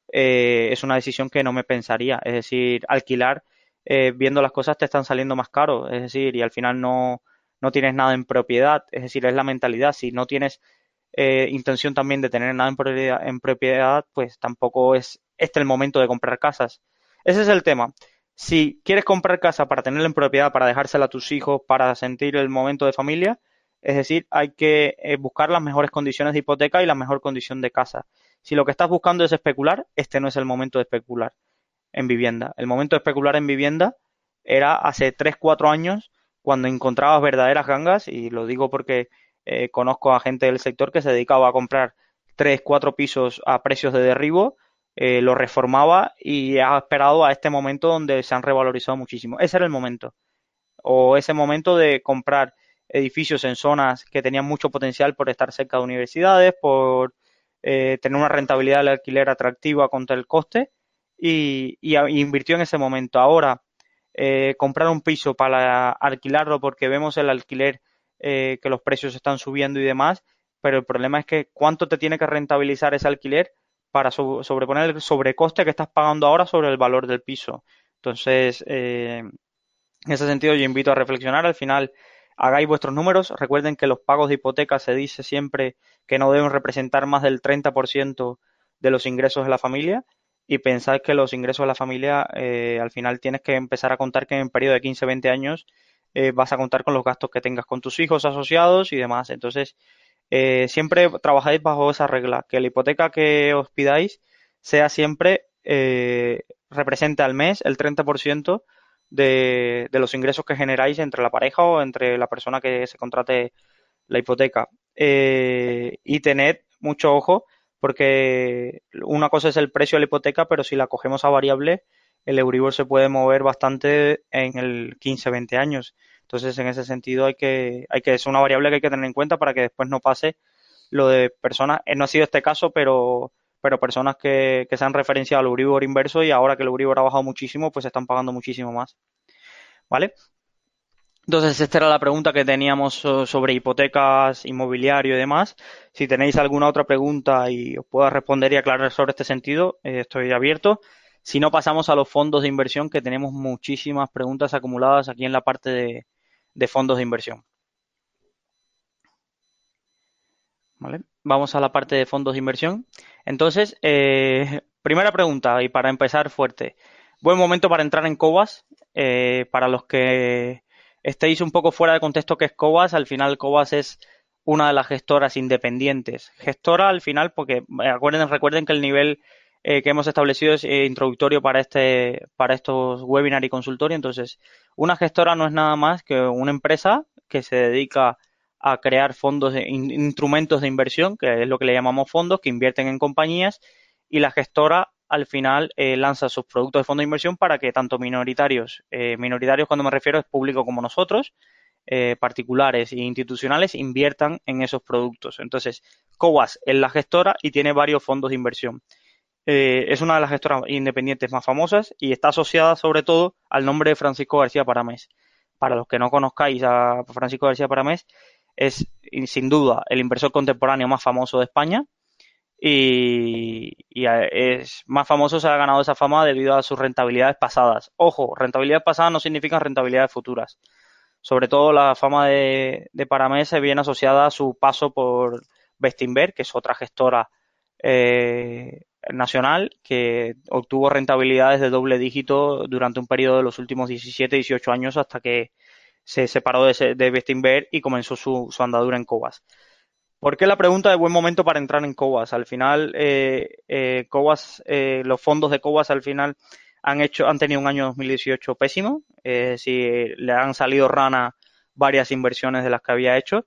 es una decisión que no me pensaría. Es decir, alquilar, viendo las cosas, te están saliendo más caros. Es decir, y al final no tienes nada en propiedad. Es decir, es la mentalidad. Si no tienes intención también de tener nada en propiedad, pues tampoco es este el momento de comprar casas. Ese es el tema. Si quieres comprar casa para tenerla en propiedad, para dejársela a tus hijos, para sentir el momento de familia, es decir, hay que buscar las mejores condiciones de hipoteca y la mejor condición de casa. Si lo que estás buscando es especular, este no es el momento de especular en vivienda. El momento de especular en vivienda era hace 3 4 años cuando encontrabas verdaderas gangas, y lo digo porque conozco a gente del sector que se dedicaba a comprar 3 4 pisos a precios de derribo, lo reformaba y ha esperado a este momento donde se han revalorizado muchísimo. Ese era el momento. O ese momento de comprar edificios en zonas que tenían mucho potencial por estar cerca de universidades, por tener una rentabilidad del alquiler atractiva contra el coste y invirtió en ese momento. Ahora, comprar un piso para alquilarlo porque vemos el alquiler que los precios están subiendo y demás, pero el problema es que cuánto te tiene que rentabilizar ese alquiler para sobreponer el sobrecoste que estás pagando ahora sobre el valor del piso. Entonces, en ese sentido, yo invito a reflexionar. Al final, hagáis vuestros números. Recuerden que los pagos de hipoteca se dice siempre que no deben representar más del 30% de los ingresos de la familia. Y pensad que los ingresos de la familia, al final tienes que empezar a contar que en un periodo de 15, 20 años vas a contar con los gastos que tengas con tus hijos asociados y demás. Entonces, siempre trabajáis bajo esa regla, que la hipoteca que os pidáis sea siempre, represente al mes el 30% de los ingresos que generáis entre la pareja o entre la persona que se contrate la hipoteca. Y tened mucho ojo porque una cosa es el precio de la hipoteca, pero si la cogemos a variable, el Euribor se puede mover bastante en el 15-20 años. Entonces, en ese sentido, es una variable que hay que tener en cuenta para que después no pase lo de personas, no ha sido este caso, pero personas que se han referenciado al Euribor inverso y ahora que el Euribor ha bajado muchísimo, pues están pagando muchísimo más. ¿Vale? Entonces, esta era la pregunta que teníamos sobre hipotecas, inmobiliario y demás. Si tenéis alguna otra pregunta y os pueda responder y aclarar sobre este sentido, estoy abierto. Si no, pasamos a los fondos de inversión, que tenemos muchísimas preguntas acumuladas aquí en la parte de fondos de inversión. ¿Vale? Vamos a la parte de fondos de inversión. Entonces, primera pregunta, y para empezar fuerte. Buen momento para entrar en Cobas. Para los que estéis un poco fuera de contexto, ¿qué es Cobas? Al final, Cobas es una de las gestoras independientes. Gestora al final, porque recuerden que el nivel que hemos establecido es introductorio para estos webinars y consultorio. Entonces, una gestora no es nada más que una empresa que se dedica a crear fondos, instrumentos de inversión, que es lo que le llamamos fondos, que invierten en compañías, y la gestora al final lanza sus productos de fondo de inversión para que tanto minoritarios cuando me refiero es público como nosotros, particulares e institucionales inviertan en esos productos. Entonces, Cowas es la gestora y tiene varios fondos de inversión. Es una de las gestoras independientes más famosas y está asociada sobre todo al nombre de Francisco García Paramés. Para los que no conozcáis a Francisco García Paramés, es sin duda el inversor contemporáneo más famoso de España y es más famoso, se ha ganado esa fama debido a sus rentabilidades pasadas. Ojo, rentabilidades pasadas no significan rentabilidades futuras. Sobre todo la fama de Paramés se viene asociada a su paso por Bestinver, que es otra gestora nacional que obtuvo rentabilidades de doble dígito durante un periodo de los últimos 17-18 años hasta que se separó de Bestinver y comenzó su andadura en Cobas. ¿Por qué la pregunta de buen momento para entrar en Cobas? Al final, los fondos de Cobas al final han tenido un año 2018 pésimo. Si le han salido rana varias inversiones de las que había hecho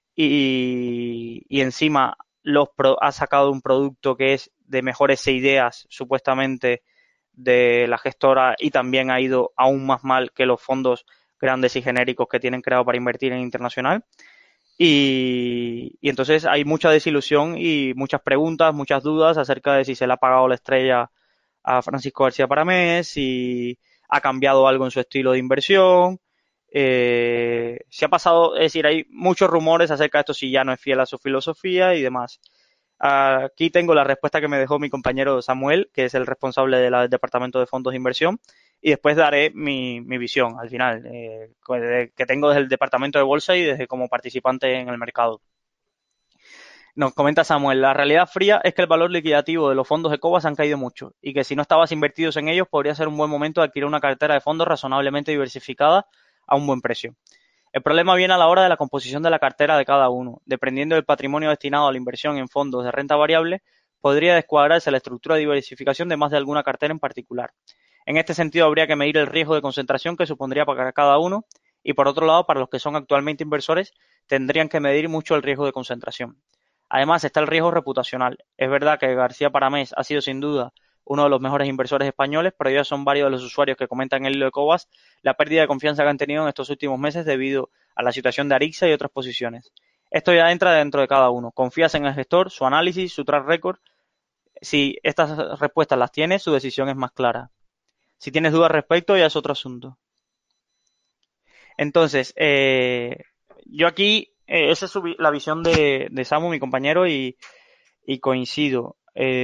y encima ha sacado un producto que es de mejores ideas supuestamente de la gestora y también ha ido aún más mal que los fondos grandes y genéricos que tienen creado para invertir en internacional. Y entonces hay mucha desilusión y muchas preguntas, muchas dudas acerca de si se le ha pagado la estrella a Francisco García Paramés, si ha cambiado algo en su estilo de inversión. Se ha pasado, es decir, hay muchos rumores acerca de esto, si ya no es fiel a su filosofía y demás. Aquí tengo la respuesta que me dejó mi compañero Samuel, que es el responsable del departamento de fondos de inversión, y después daré mi visión al final, que tengo desde el departamento de bolsa y desde como participante en el mercado. Nos comenta Samuel, la realidad fría es que el valor liquidativo de los fondos de Cobas han caído mucho y que si no estabas invertidos en ellos podría ser un buen momento de adquirir una cartera de fondos razonablemente diversificada a un buen precio. El problema viene a la hora de la composición de la cartera de cada uno. Dependiendo del patrimonio destinado a la inversión en fondos de renta variable, podría descuadrarse la estructura de diversificación de más de alguna cartera en particular. En este sentido, habría que medir el riesgo de concentración que supondría para cada uno y, por otro lado, para los que son actualmente inversores, tendrían que medir mucho el riesgo de concentración. Además, está el riesgo reputacional. Es verdad que García Paramés ha sido sin duda uno de los mejores inversores españoles, pero ya son varios de los usuarios que comentan en el hilo de Cobas la pérdida de confianza que han tenido en estos últimos meses debido a la situación de Arixa y otras posiciones. Esto ya entra dentro de cada uno. Confías en el gestor, su análisis, su track record. Si estas respuestas las tienes, su decisión es más clara. Si tienes dudas al respecto, ya es otro asunto. Entonces, yo aquí, esa es la visión de Samu, mi compañero, y coincido.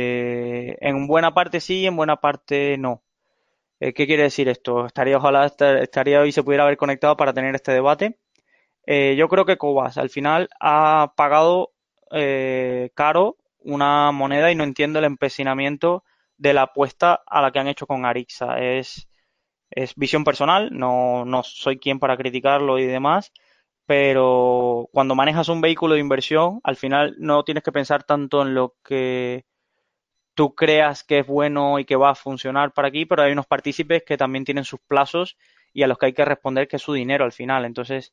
En buena parte sí, en buena parte no. ¿Qué quiere decir esto? Ojalá estaría hoy se pudiera haber conectado para tener este debate. Yo creo que Cobas al final ha pagado caro una moneda y no entiendo el empecinamiento de la apuesta a la que han hecho con Arixa. Es visión personal, no soy quien para criticarlo y demás, pero cuando manejas un vehículo de inversión, al final no tienes que pensar tanto en lo que tú creas que es bueno y que va a funcionar para aquí, pero hay unos partícipes que también tienen sus plazos y a los que hay que responder que es su dinero al final. Entonces,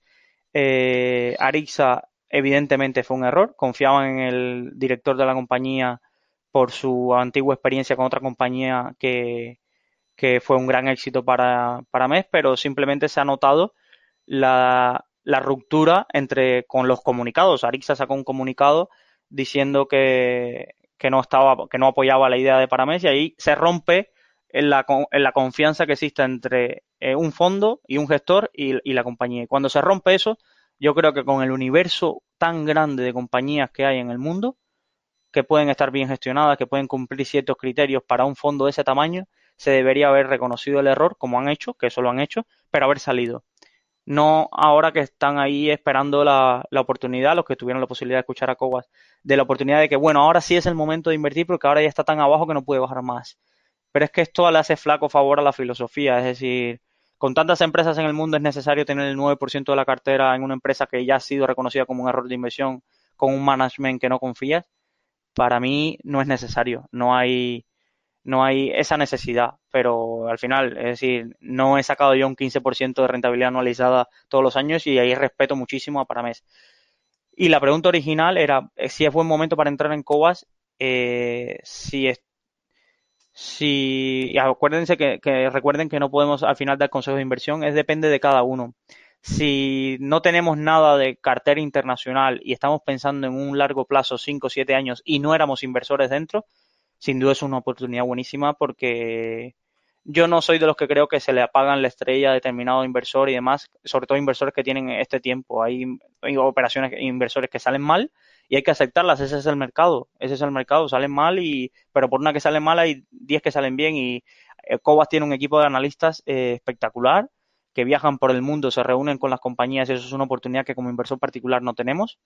Arixa evidentemente fue un error, confiaban en el director de la compañía por su antigua experiencia con otra compañía que fue un gran éxito para MES, pero simplemente se ha notado la ruptura con los comunicados. Arixa sacó un comunicado diciendo que no apoyaba la idea de Paramés y ahí se rompe en la confianza que existe entre un fondo y un gestor y la compañía. Y cuando se rompe eso, yo creo que con el universo tan grande de compañías que hay en el mundo, que pueden estar bien gestionadas, que pueden cumplir ciertos criterios para un fondo de ese tamaño, se debería haber reconocido el error, como han hecho, que eso lo han hecho, pero haber salido. No ahora que están ahí esperando la oportunidad, los que tuvieron la posibilidad de escuchar a Cobas, de la oportunidad de que, bueno, ahora sí es el momento de invertir porque ahora ya está tan abajo que no puede bajar más. Pero es que esto le hace flaco favor a la filosofía, es decir, con tantas empresas en el mundo es necesario tener el 9% de la cartera en una empresa que ya ha sido reconocida como un error de inversión con un management que no confías, para mí no es necesario. No hay esa necesidad, pero al final, es decir, no he sacado yo un 15% de rentabilidad anualizada todos los años y ahí respeto muchísimo a Paramés. Y la pregunta original era si es buen momento para entrar en Cobas, si es, si, y acuérdense que recuerden que no podemos al final dar consejos de inversión, es depende de cada uno. Si no tenemos nada de cartera internacional y estamos pensando en un largo plazo, 5 o 7 años, y no éramos inversores dentro, sin duda es una oportunidad buenísima porque yo no soy de los que creo que se le apagan la estrella a determinado inversor y demás, sobre todo inversores que tienen este tiempo. Hay operaciones, inversores que salen mal y hay que aceptarlas, ese es el mercado, salen mal pero por una que sale mal hay 10 que salen bien y Cobas tiene un equipo de analistas espectacular que viajan por el mundo, se reúnen con las compañías y eso es una oportunidad que como inversor particular no tenemos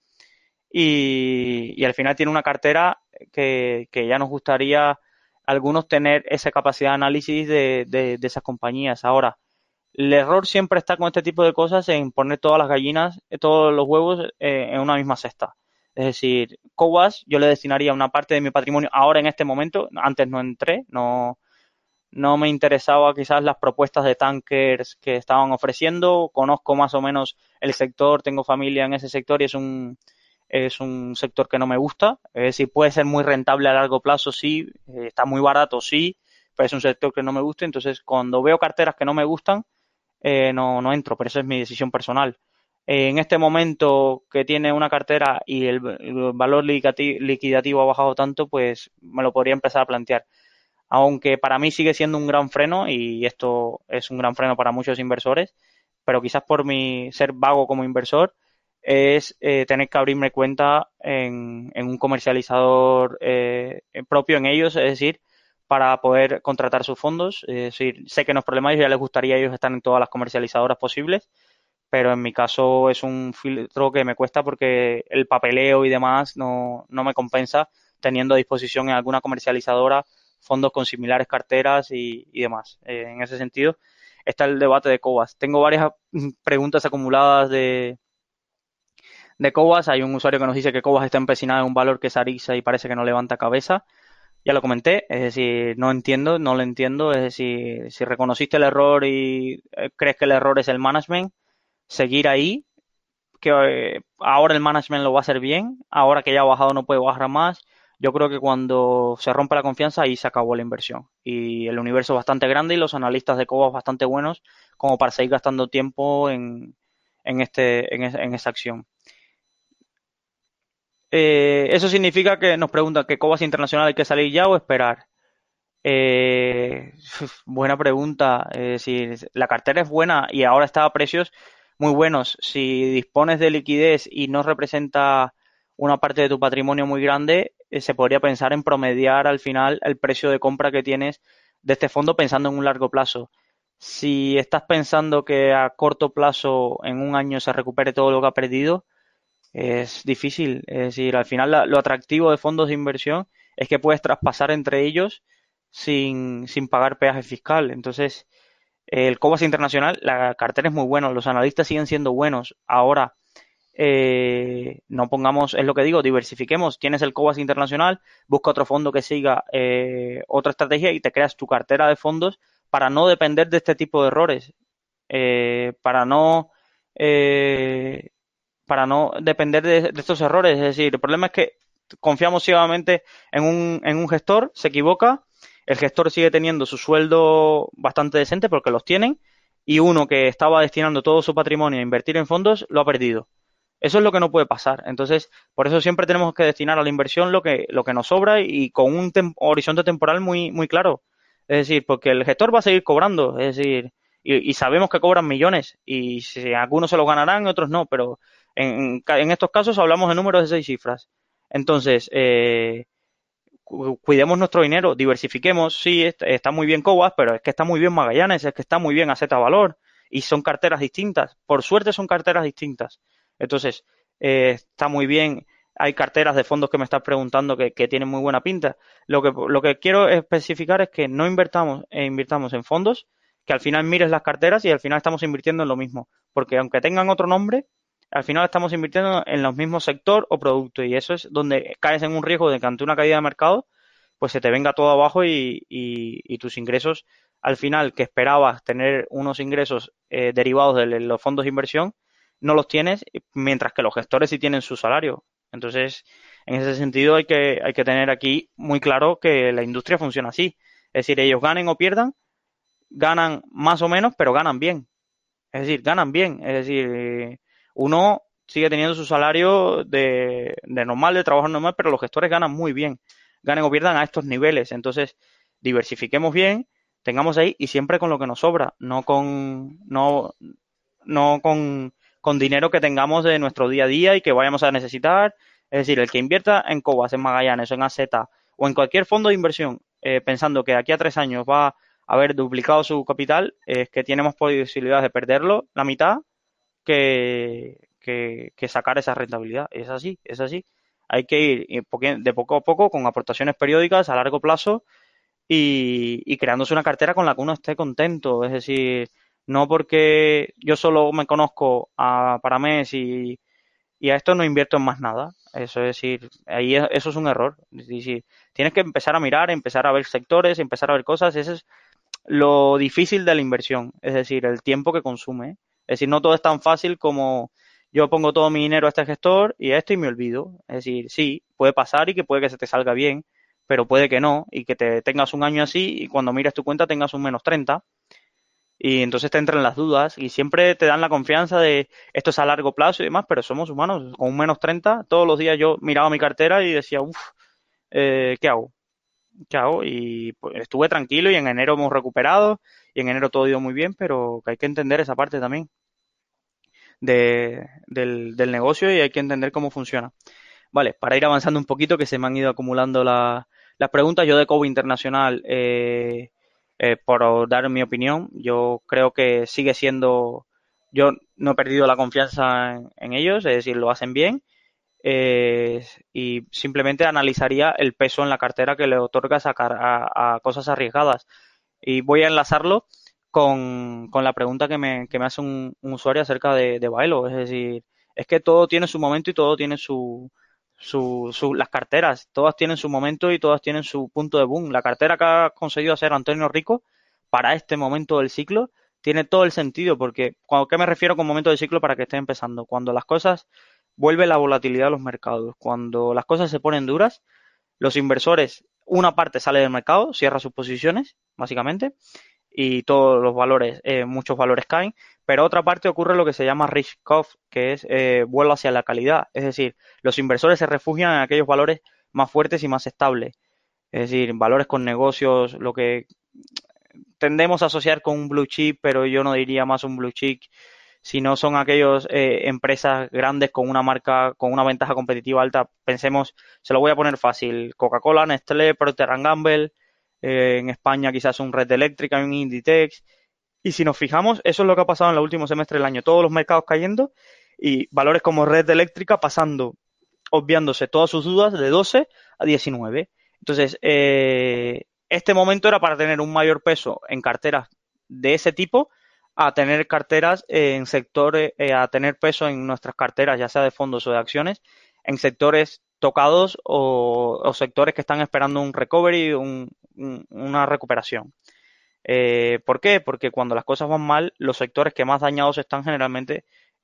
y al final tiene una cartera que ya nos gustaría algunos tener esa capacidad de análisis de esas compañías. Ahora, el error siempre está con este tipo de cosas en poner todas las gallinas, todos los huevos en una misma cesta. Es decir, Cobas yo le destinaría una parte de mi patrimonio ahora en este momento, antes no entré, no me interesaba quizás las propuestas de tankers que estaban ofreciendo, conozco más o menos el sector, tengo familia en ese sector y es un sector que no me gusta. Es decir, puede ser muy rentable a largo plazo, sí, está muy barato, sí, pero es un sector que no me gusta. Entonces, cuando veo carteras que no me gustan, no entro, pero esa es mi decisión personal. En este momento que tiene una cartera y el valor liquidativo ha bajado tanto, pues me lo podría empezar a plantear. Aunque para mí sigue siendo un gran freno y esto es un gran freno para muchos inversores, pero quizás por mi ser vago como inversor es tener que abrirme cuenta en un comercializador propio en ellos, es decir, para poder contratar sus fondos. Es decir, sé que no es problema, ya les gustaría a ellos estar en todas las comercializadoras posibles, pero en mi caso es un filtro que me cuesta porque el papeleo y demás no me compensa teniendo a disposición en alguna comercializadora fondos con similares carteras y demás. En ese sentido está el debate de Cobas. Tengo varias preguntas acumuladas de Cobas. Hay un usuario que nos dice que Cobas está empecinado en un valor que es Arisa y parece que no levanta cabeza. Ya lo comenté, es decir, no entiendo, no lo entiendo, es decir, si reconociste el error y crees que el error es el management, seguir ahí, que ahora el management lo va a hacer bien, ahora que ya ha bajado no puede bajar más. Yo creo que cuando se rompe la confianza ahí se acabó la inversión. Y el universo es bastante grande y los analistas de Cobas bastante buenos como para seguir gastando tiempo en esa acción. Eso significa que nos preguntan que Cobas Internacional hay que salir ya o esperar. Eh, Buena pregunta. Es decir, la cartera es buena y ahora está a precios muy buenos. Si dispones de liquidez y no representa una parte de tu patrimonio muy grande, se podría pensar en promediar al final el precio de compra que tienes de este fondo pensando en un largo plazo. Si estás pensando que a corto plazo, en un año, se recupere todo lo que ha perdido, es difícil. Es decir, al final lo atractivo de fondos de inversión es que puedes traspasar entre ellos sin pagar peaje fiscal. Entonces, el Cobas Internacional, la cartera es muy buena, los analistas siguen siendo buenos. Ahora, no pongamos, es lo que digo, diversifiquemos. Tienes el Cobas Internacional, busca otro fondo que siga otra estrategia y te creas tu cartera de fondos para no depender de este tipo de errores, para eh, no depender de estos errores. Es decir, el problema es que confiamos ciegamente en un gestor, se equivoca, el gestor sigue teniendo su sueldo bastante decente porque los tienen y uno que estaba destinando todo su patrimonio a invertir en fondos lo ha perdido. Eso es lo que no puede pasar. Entonces, por eso siempre tenemos que destinar a la inversión lo que nos sobra y con un horizonte temporal muy, muy claro. Es decir, porque el gestor va a seguir cobrando, es decir, y sabemos que cobran millones y si algunos se los ganarán, otros no, pero en estos casos hablamos de números de 6 cifras. Entonces, cuidemos nuestro dinero, diversifiquemos. Sí, está muy bien Cobas, pero es que está muy bien Magallanes, es que está muy bien AZ Valor y son carteras distintas. Por suerte son carteras distintas. Entonces, está muy bien. Hay carteras de fondos que me estás preguntando que tienen muy buena pinta. Lo que quiero especificar es que no invirtamos en fondos, que al final mires las carteras y al final estamos invirtiendo en lo mismo. Porque aunque tengan otro nombre, al final estamos invirtiendo en los mismos sector o producto y eso es donde caes en un riesgo de que ante una caída de mercado pues se te venga todo abajo y tus ingresos al final que esperabas tener unos ingresos derivados de los fondos de inversión no los tienes, mientras que los gestores sí tienen su salario. Entonces, en ese sentido hay que tener aquí muy claro que la industria funciona así. Es decir, ellos ganen o pierdan, ganan más o menos, pero ganan bien. Es decir, ganan bien. Es decir, uno sigue teniendo su salario de normal, de trabajo normal, pero los gestores ganan muy bien. Ganen o pierdan a estos niveles. Entonces, diversifiquemos bien, tengamos ahí y siempre con lo que nos sobra, no con dinero que tengamos de nuestro día a día y que vayamos a necesitar. Es decir, el que invierta en Cobas, en Magallanes o en AZ o en cualquier fondo de inversión, pensando que de aquí a 3 años va a haber duplicado su capital, es que tiene más posibilidades de perderlo, la mitad, que sacar esa rentabilidad. Es así, es así. Hay que ir de poco a poco con aportaciones periódicas a largo plazo y creándose una cartera con la que uno esté contento. Es decir, no porque yo solo me conozco a Paramés y a esto no invierto en más nada. Eso es decir, eso es un error. Es decir, tienes que empezar a mirar, empezar a ver sectores, empezar a ver cosas. Ese es lo difícil de la inversión, es decir, el tiempo que consume. Es decir, no todo es tan fácil como yo pongo todo mi dinero a este gestor y a esto y me olvido. Es decir, sí, puede pasar y que puede que se te salga bien, pero puede que no y que te tengas un año así y cuando mires tu cuenta tengas un -30 y entonces te entran las dudas y siempre te dan la confianza de esto es a largo plazo y demás, pero somos humanos. Con un -30 todos los días yo miraba mi cartera y decía, uff, ¿qué hago? Chao, y pues, estuve tranquilo y en enero hemos recuperado y en enero todo ha ido muy bien, pero que hay que entender esa parte también del negocio y hay que entender cómo funciona. Vale, para ir avanzando un poquito, que se me han ido acumulando las preguntas, yo de Cobo Internacional, por dar mi opinión, yo creo que sigue siendo, yo no he perdido la confianza en ellos, es decir, lo hacen bien y simplemente analizaría el peso en la cartera que le otorga sacar a cosas arriesgadas. Y voy a enlazarlo con la pregunta que me hace un usuario acerca de Baelo. Es decir, es que todo tiene su momento y todo tiene las carteras, todas tienen su momento y todas tienen su punto de boom. La cartera que ha conseguido hacer Antonio Rico para este momento del ciclo tiene todo el sentido, porque ¿qué me refiero con momento del ciclo para que esté empezando? Cuando las cosas vuelve la volatilidad de los mercados, cuando las cosas se ponen duras, los inversores, una parte sale del mercado, cierra sus posiciones, básicamente, y todos los valores, muchos valores caen, pero otra parte ocurre lo que se llama risk off, que es vuelo hacia la calidad, es decir, los inversores se refugian en aquellos valores más fuertes y más estables, es decir, valores con negocios, lo que tendemos a asociar con un blue chip, pero yo no diría más un blue chip, sino son aquellas empresas grandes con una marca, con una ventaja competitiva alta. Pensemos, se lo voy a poner fácil, Coca-Cola, Nestlé, Procter Gamble, en España quizás un Red Eléctrica, un Inditex. Y si nos fijamos, eso es lo que ha pasado en el último semestre del año. Todos los mercados cayendo y valores como Red Eléctrica pasando, obviándose todas sus dudas de 12 a 19. Entonces, este momento era para tener un mayor peso en carteras de ese tipo a tener carteras en sectores, a tener peso en nuestras carteras, ya sea de fondos o de acciones, en sectores tocados o sectores que están esperando un recovery, una recuperación. ¿Por qué? Porque cuando las cosas van mal, los sectores que más dañados están generalmente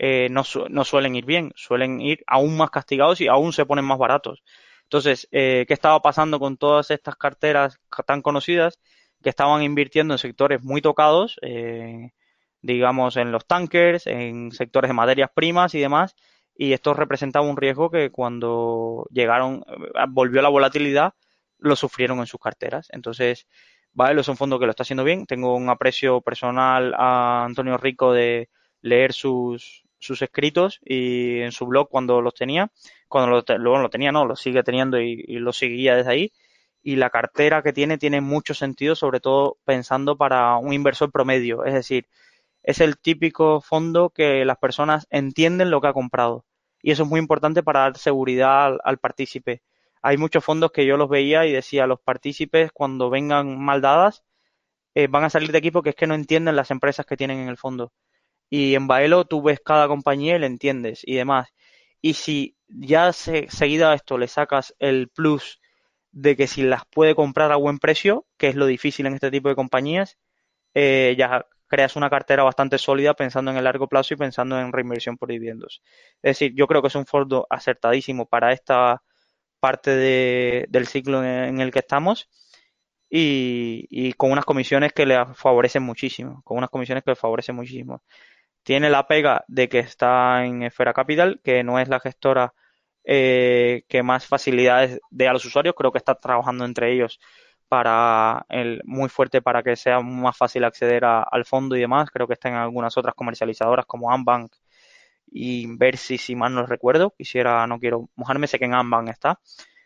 no suelen ir bien, suelen ir aún más castigados y aún se ponen más baratos. Entonces, ¿qué estaba pasando con todas estas carteras tan conocidas que estaban invirtiendo en sectores muy tocados, digamos en los tankers, en sectores de materias primas y demás? Y esto representaba un riesgo que cuando volvió la volatilidad, lo sufrieron en sus carteras. Entonces, Baelo es un fondo que lo está haciendo bien. Tengo un aprecio personal a Antonio Rico de leer sus escritos y en su blog cuando los tenía. Luego lo tenía, no, lo sigue teniendo y lo seguía desde ahí. Y la cartera que tiene mucho sentido, sobre todo pensando para un inversor promedio. Es decir, es el típico fondo que las personas entienden lo que ha comprado. Y eso es muy importante para dar seguridad al partícipe. Hay muchos fondos que yo los veía y decía, los partícipes cuando vengan mal dadas van a salir de aquí porque es que no entienden las empresas que tienen en el fondo. Y en Baelo tú ves cada compañía y le entiendes y demás. Y si ya seguida a esto le sacas el plus de que si las puede comprar a buen precio, que es lo difícil en este tipo de compañías, ya creas una cartera bastante sólida pensando en el largo plazo y pensando en reinversión por dividendos. Es decir, yo creo que es un fondo acertadísimo para esta parte del ciclo en el que estamos y con unas comisiones que le favorecen muchísimo, con unas comisiones que le favorecen muchísimo. Tiene la pega de que está en Esfera Capital, que no es la gestora que más facilidades dé a los usuarios. Creo que está trabajando entre ellos muy fuerte para que sea más fácil acceder al fondo y demás. Creo que está en algunas otras comercializadoras como Ambank y Versi, si mal no recuerdo. No quiero mojarme, sé que en Ambank está,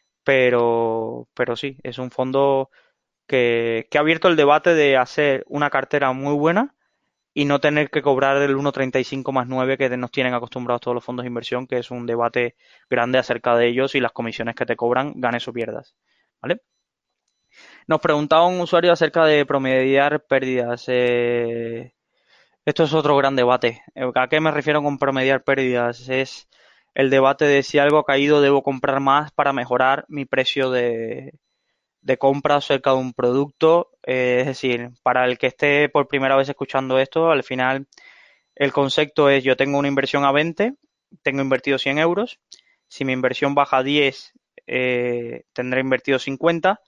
pero sí, es un fondo que ha abierto el debate de hacer una cartera muy buena y no tener que cobrar el 1,35 más 9 que nos tienen acostumbrados todos los fondos de inversión, que es un debate grande acerca de ellos y las comisiones que te cobran, ganes o pierdas. ¿Vale? Nos preguntaba un usuario acerca de promediar pérdidas. Esto es otro gran debate. ¿A qué me refiero con promediar pérdidas? Es el debate de si algo ha caído, debo comprar más para mejorar mi precio de compra acerca de un producto. Es decir, para el que esté por primera vez escuchando esto, al final el concepto es yo tengo una inversión a 20, tengo invertido 100 euros, si mi inversión baja a 10, tendré invertido 50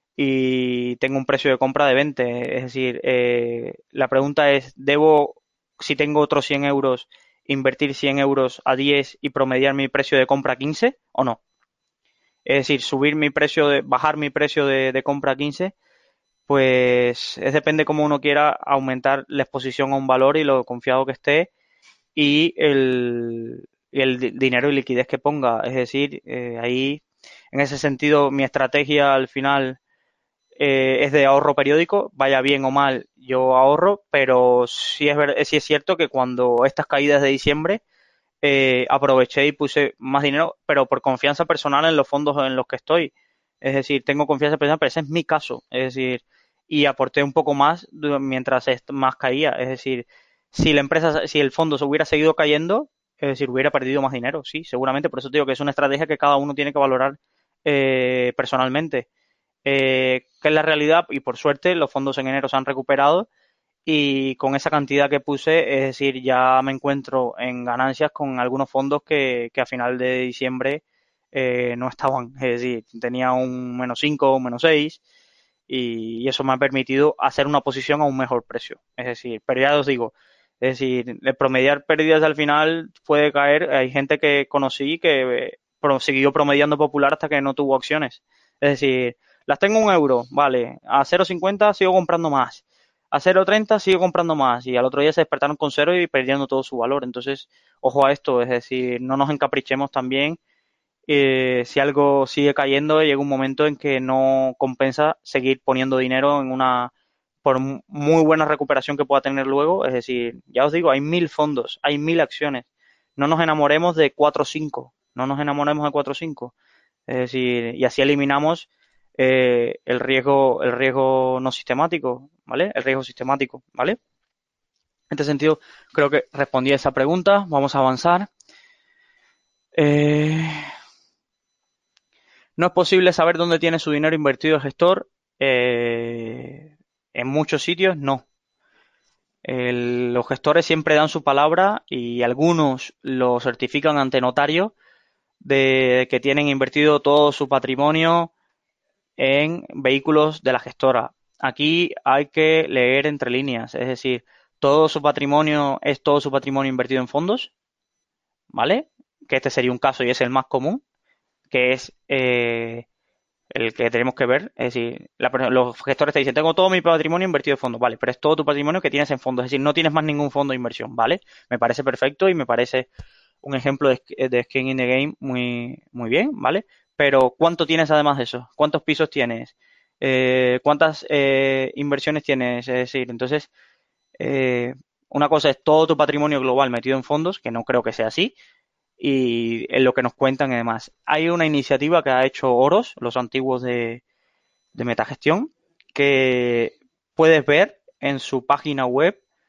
y tengo un precio de compra de 20. Es decir, la pregunta es, ¿debo, si tengo otros 100 euros, invertir 100 euros a 10 y promediar mi precio de compra a 15 o no? Es decir, bajar mi precio de compra a 15, pues depende cómo uno quiera aumentar la exposición a un valor y lo confiado que esté y el dinero y liquidez que ponga. Es decir, ahí, en ese sentido, mi estrategia al final es de ahorro periódico, vaya bien o mal, yo ahorro, pero sí es cierto que cuando estas caídas de diciembre aproveché y puse más dinero, pero por confianza personal en los fondos en los que estoy. Es decir, tengo confianza personal, pero ese es mi caso. Es decir, y aporté un poco más mientras más caía. Es decir, si el fondo se hubiera seguido cayendo, es decir, hubiera perdido más dinero, sí, seguramente. Por eso te digo que es una estrategia que cada uno tiene que valorar personalmente. Que es la realidad, y por suerte los fondos en enero se han recuperado y con esa cantidad que puse, es decir, ya me encuentro en ganancias con algunos fondos que a final de diciembre no estaban. Es decir, tenía un -5, un -6 y eso me ha permitido hacer una posición a un mejor precio. Es decir, pero ya os digo, es decir, el promediar pérdidas al final puede caer. Hay gente que conocí que siguió promediando popular hasta que no tuvo acciones. Es decir, las tengo 1 euro, vale, a 0,50 sigo comprando más, a 0,30 sigo comprando más y al otro día se despertaron con cero y perdiendo todo su valor. Entonces, ojo a esto, es decir, no nos encaprichemos también. Si algo sigue cayendo, llega un momento en que no compensa seguir poniendo dinero por muy buena recuperación que pueda tener luego. Es decir, ya os digo, hay 1.000 fondos, hay 1.000 acciones. No nos enamoremos de 4 o 5, no nos enamoremos de 4 o 5. Es decir, y así eliminamos el riesgo no sistemático, ¿vale? El riesgo sistemático, ¿vale? En este sentido, creo que respondí a esa pregunta. Vamos a avanzar. Eh, no es posible saber dónde tiene su dinero invertido el gestor. En muchos sitios, no. Los gestores siempre dan su palabra y algunos lo certifican ante notario de que tienen invertido todo su patrimonio en vehículos de la gestora. Aquí hay que leer entre líneas, es decir, todo su patrimonio es todo su patrimonio invertido en fondos, ¿vale? Que este sería un caso y es el más común, que es el que tenemos que ver. Es decir, los gestores te dicen, tengo todo mi patrimonio invertido en fondos, vale, pero es todo tu patrimonio que tienes en fondos, es decir, no tienes más ningún fondo de inversión, ¿vale? Me parece perfecto y me parece un ejemplo de skin in the game muy, muy bien, ¿vale? Pero ¿cuánto tienes además de eso? ¿Cuántos pisos tienes? ¿Cuántas inversiones tienes? Es decir, entonces, eh, una cosa es todo tu patrimonio global metido en fondos, que no creo que sea así, y en lo que nos cuentan y demás. Hay una iniciativa que ha hecho Oros, los antiguos de Metagestión, que puedes ver en su página web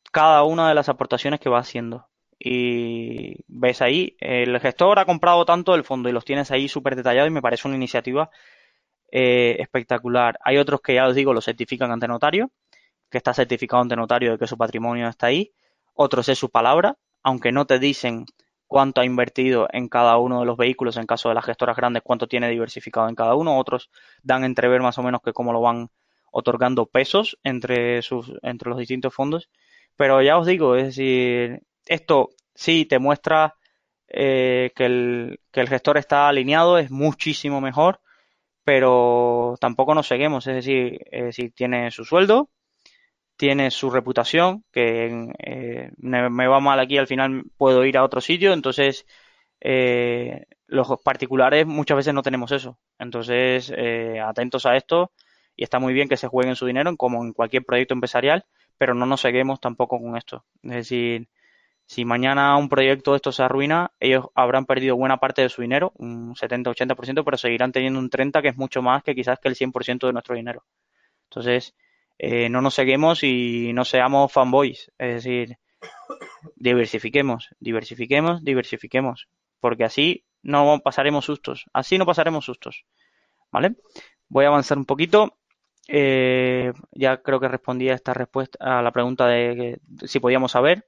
cada una de las aportaciones que va haciendo. Y ves ahí, el gestor ha comprado tanto del fondo y los tienes ahí súper detallados y me parece una iniciativa espectacular. Hay otros que ya os digo, lo certifican ante notario, que está certificado ante notario de que su patrimonio está ahí. Otros es su palabra, aunque no te dicen cuánto ha invertido en cada uno de los vehículos, en caso de las gestoras grandes, cuánto tiene diversificado en cada uno. Otros dan entrever más o menos que cómo lo van otorgando pesos entre los distintos fondos. Pero ya os digo, es decir, esto sí te muestra que el gestor está alineado, es muchísimo mejor, pero tampoco nos seguimos, es decir, si tiene su sueldo, tiene su reputación, que me va mal aquí, al final puedo ir a otro sitio, entonces los particulares muchas veces no tenemos eso. Entonces, atentos a esto y está muy bien que se jueguen su dinero como en cualquier proyecto empresarial, pero no nos ceguemos tampoco con esto. Es decir, si mañana un proyecto de esto se arruina, ellos habrán perdido buena parte de su dinero, un 70-80%, pero seguirán teniendo un 30%, que es mucho más que quizás que el 100% de nuestro dinero. Entonces, no nos ceguemos y no seamos fanboys. Es decir, diversifiquemos, diversifiquemos, diversifiquemos. Porque así no pasaremos sustos. Así no pasaremos sustos. ¿Vale? Voy a avanzar un poquito. Ya creo que respondí a esta respuesta, a la pregunta de si podíamos saber.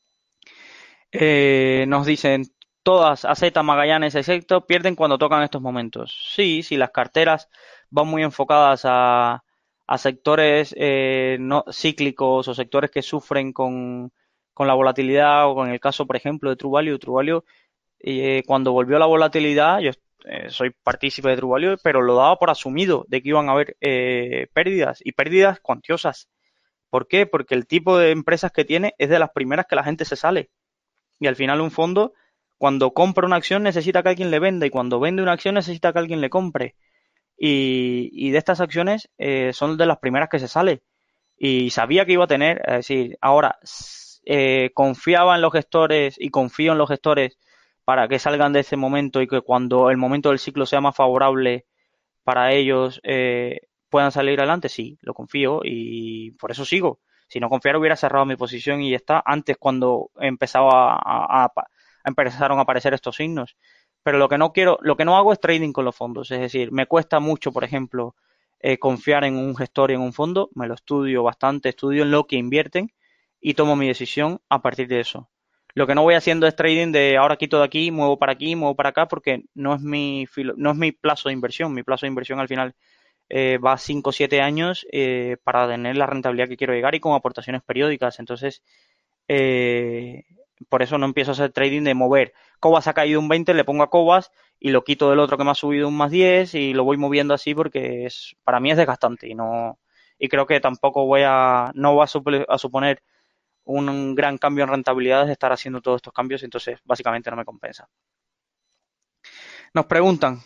Nos dicen, todas, AZ, Magallanes, excepto, pierden cuando tocan estos momentos. Sí, si las carteras van muy enfocadas a sectores no cíclicos o sectores que sufren con la volatilidad, o con el caso, por ejemplo, de True Value. True Value, cuando volvió la volatilidad, yo soy partícipe de True Value, pero lo daba por asumido de que iban a haber pérdidas, y pérdidas cuantiosas. ¿Por qué? Porque el tipo de empresas que tiene es de las primeras que la gente se sale. Y al final un fondo, cuando compra una acción, necesita que alguien le venda, y cuando vende una acción necesita que alguien le compre. Y de estas acciones son de las primeras que se sale. Y sabía que iba a tener, es decir, ahora confiaba en los gestores y confío en los gestores para que salgan de ese momento, y que cuando el momento del ciclo sea más favorable para ellos puedan salir adelante. Sí, lo confío y por eso sigo. Si no confiara, hubiera cerrado mi posición y ya está, antes, cuando empezaba empezaron a aparecer estos signos. Pero lo que no quiero, lo que no hago es trading con los fondos. Es decir, me cuesta mucho, por ejemplo, confiar en un gestor y en un fondo. Me lo estudio bastante, estudio en lo que invierten y tomo mi decisión a partir de eso. Lo que no voy haciendo es trading de ahora quito de aquí, muevo para acá, porque no es mi plazo de inversión. Mi plazo de inversión al final va a 5 o 7 años para tener la rentabilidad que quiero llegar, y con aportaciones periódicas. Entonces, eh, por eso no empiezo a hacer trading de mover. Cobas ha caído un 20, le pongo a Cobas y lo quito del otro que me ha subido un más 10 y lo voy moviendo así, porque para mí es desgastante, y creo que tampoco no va a suponer un gran cambio en rentabilidades de estar haciendo todos estos cambios. Entonces básicamente no me compensa. Nos preguntan,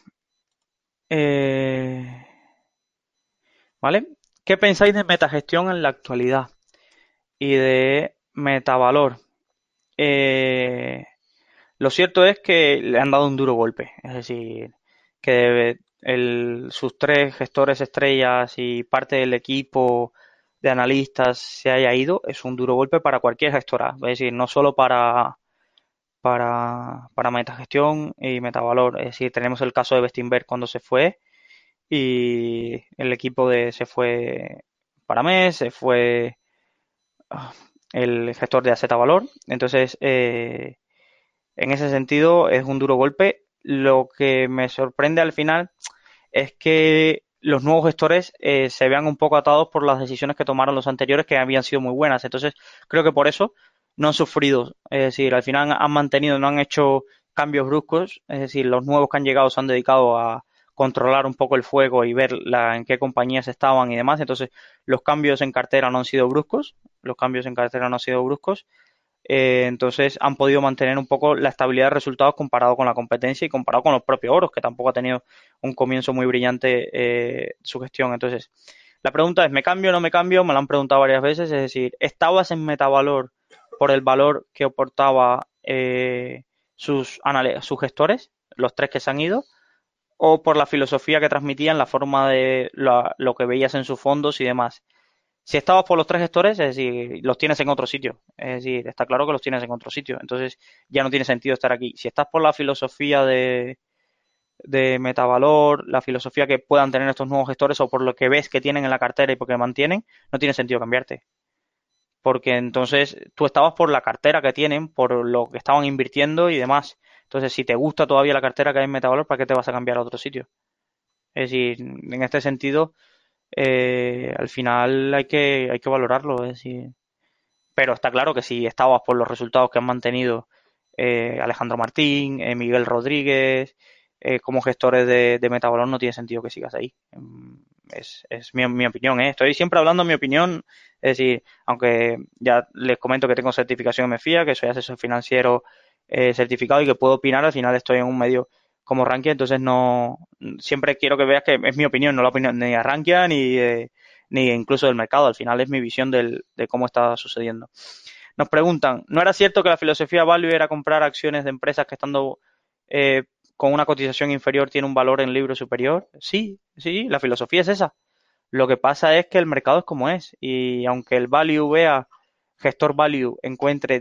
eh, ¿vale? ¿Qué pensáis de metagestión en la actualidad y de metavalor? Eh, lo cierto es que le han dado un duro golpe, es decir, que sus tres gestores estrellas y parte del equipo de analistas se haya ido, es un duro golpe para cualquier gestora, es decir, no solo para metagestión y metavalor. Es decir, tenemos el caso de Bestinver cuando se fue, y el equipo se fue para mes, se fue ah, el gestor de AZ Valor. Entonces, en ese sentido, es un duro golpe. Lo que me sorprende al final es que los nuevos gestores se vean un poco atados por las decisiones que tomaron los anteriores, que habían sido muy buenas. Entonces, creo que por eso no han sufrido. Es decir, al final han mantenido, no han hecho cambios bruscos. Es decir, los nuevos que han llegado se han dedicado a controlar un poco el fuego y ver en qué compañías estaban y demás. Entonces, los cambios en cartera no han sido bruscos. Los cambios en cartera no han sido bruscos. Entonces han podido mantener un poco la estabilidad de resultados comparado con la competencia y comparado con los propios Oros, que tampoco ha tenido un comienzo muy brillante su gestión. Entonces, la pregunta es, ¿me cambio o no me cambio? Me lo han preguntado varias veces. Es decir, ¿estabas en Metavalor por el valor que aportaba sus gestores, los tres que se han ido, o por la filosofía que transmitían, la forma de lo que veías en sus fondos y demás? Si estabas por los tres gestores, es decir, los tienes en otro sitio. Es decir, está claro que los tienes en otro sitio. Entonces ya no tiene sentido estar aquí. Si estás por la filosofía de Metavalor, la filosofía que puedan tener estos nuevos gestores o por lo que ves que tienen en la cartera y porque mantienen, no tiene sentido cambiarte. Porque entonces tú estabas por la cartera que tienen, por lo que estaban invirtiendo y demás. Entonces, si te gusta todavía la cartera que hay en Metavalor, ¿para qué te vas a cambiar a otro sitio? Es decir, en este sentido, al final hay que valorarlo. Es decir, pero está claro que si estabas por los resultados que han mantenido Alejandro Martín, Miguel Rodríguez, como gestores de Metabolón, no tiene sentido que sigas ahí. Es mi opinión, ¿eh? Estoy siempre hablando de mi opinión, es decir, aunque ya les comento que tengo certificación MFIA, que soy asesor financiero certificado y que puedo opinar, al final estoy en un medio como Rankia, entonces no, siempre quiero que veas que es mi opinión, no la opinión ni de Rankia ni incluso del mercado, al final es mi visión de cómo está sucediendo. Nos preguntan, ¿no era cierto que la filosofía value era comprar acciones de empresas que estando eh, con una cotización inferior tiene un valor en libro superior? Sí, sí, la filosofía es esa. Lo que pasa es que el mercado es como es y aunque el value vea, gestor value encuentre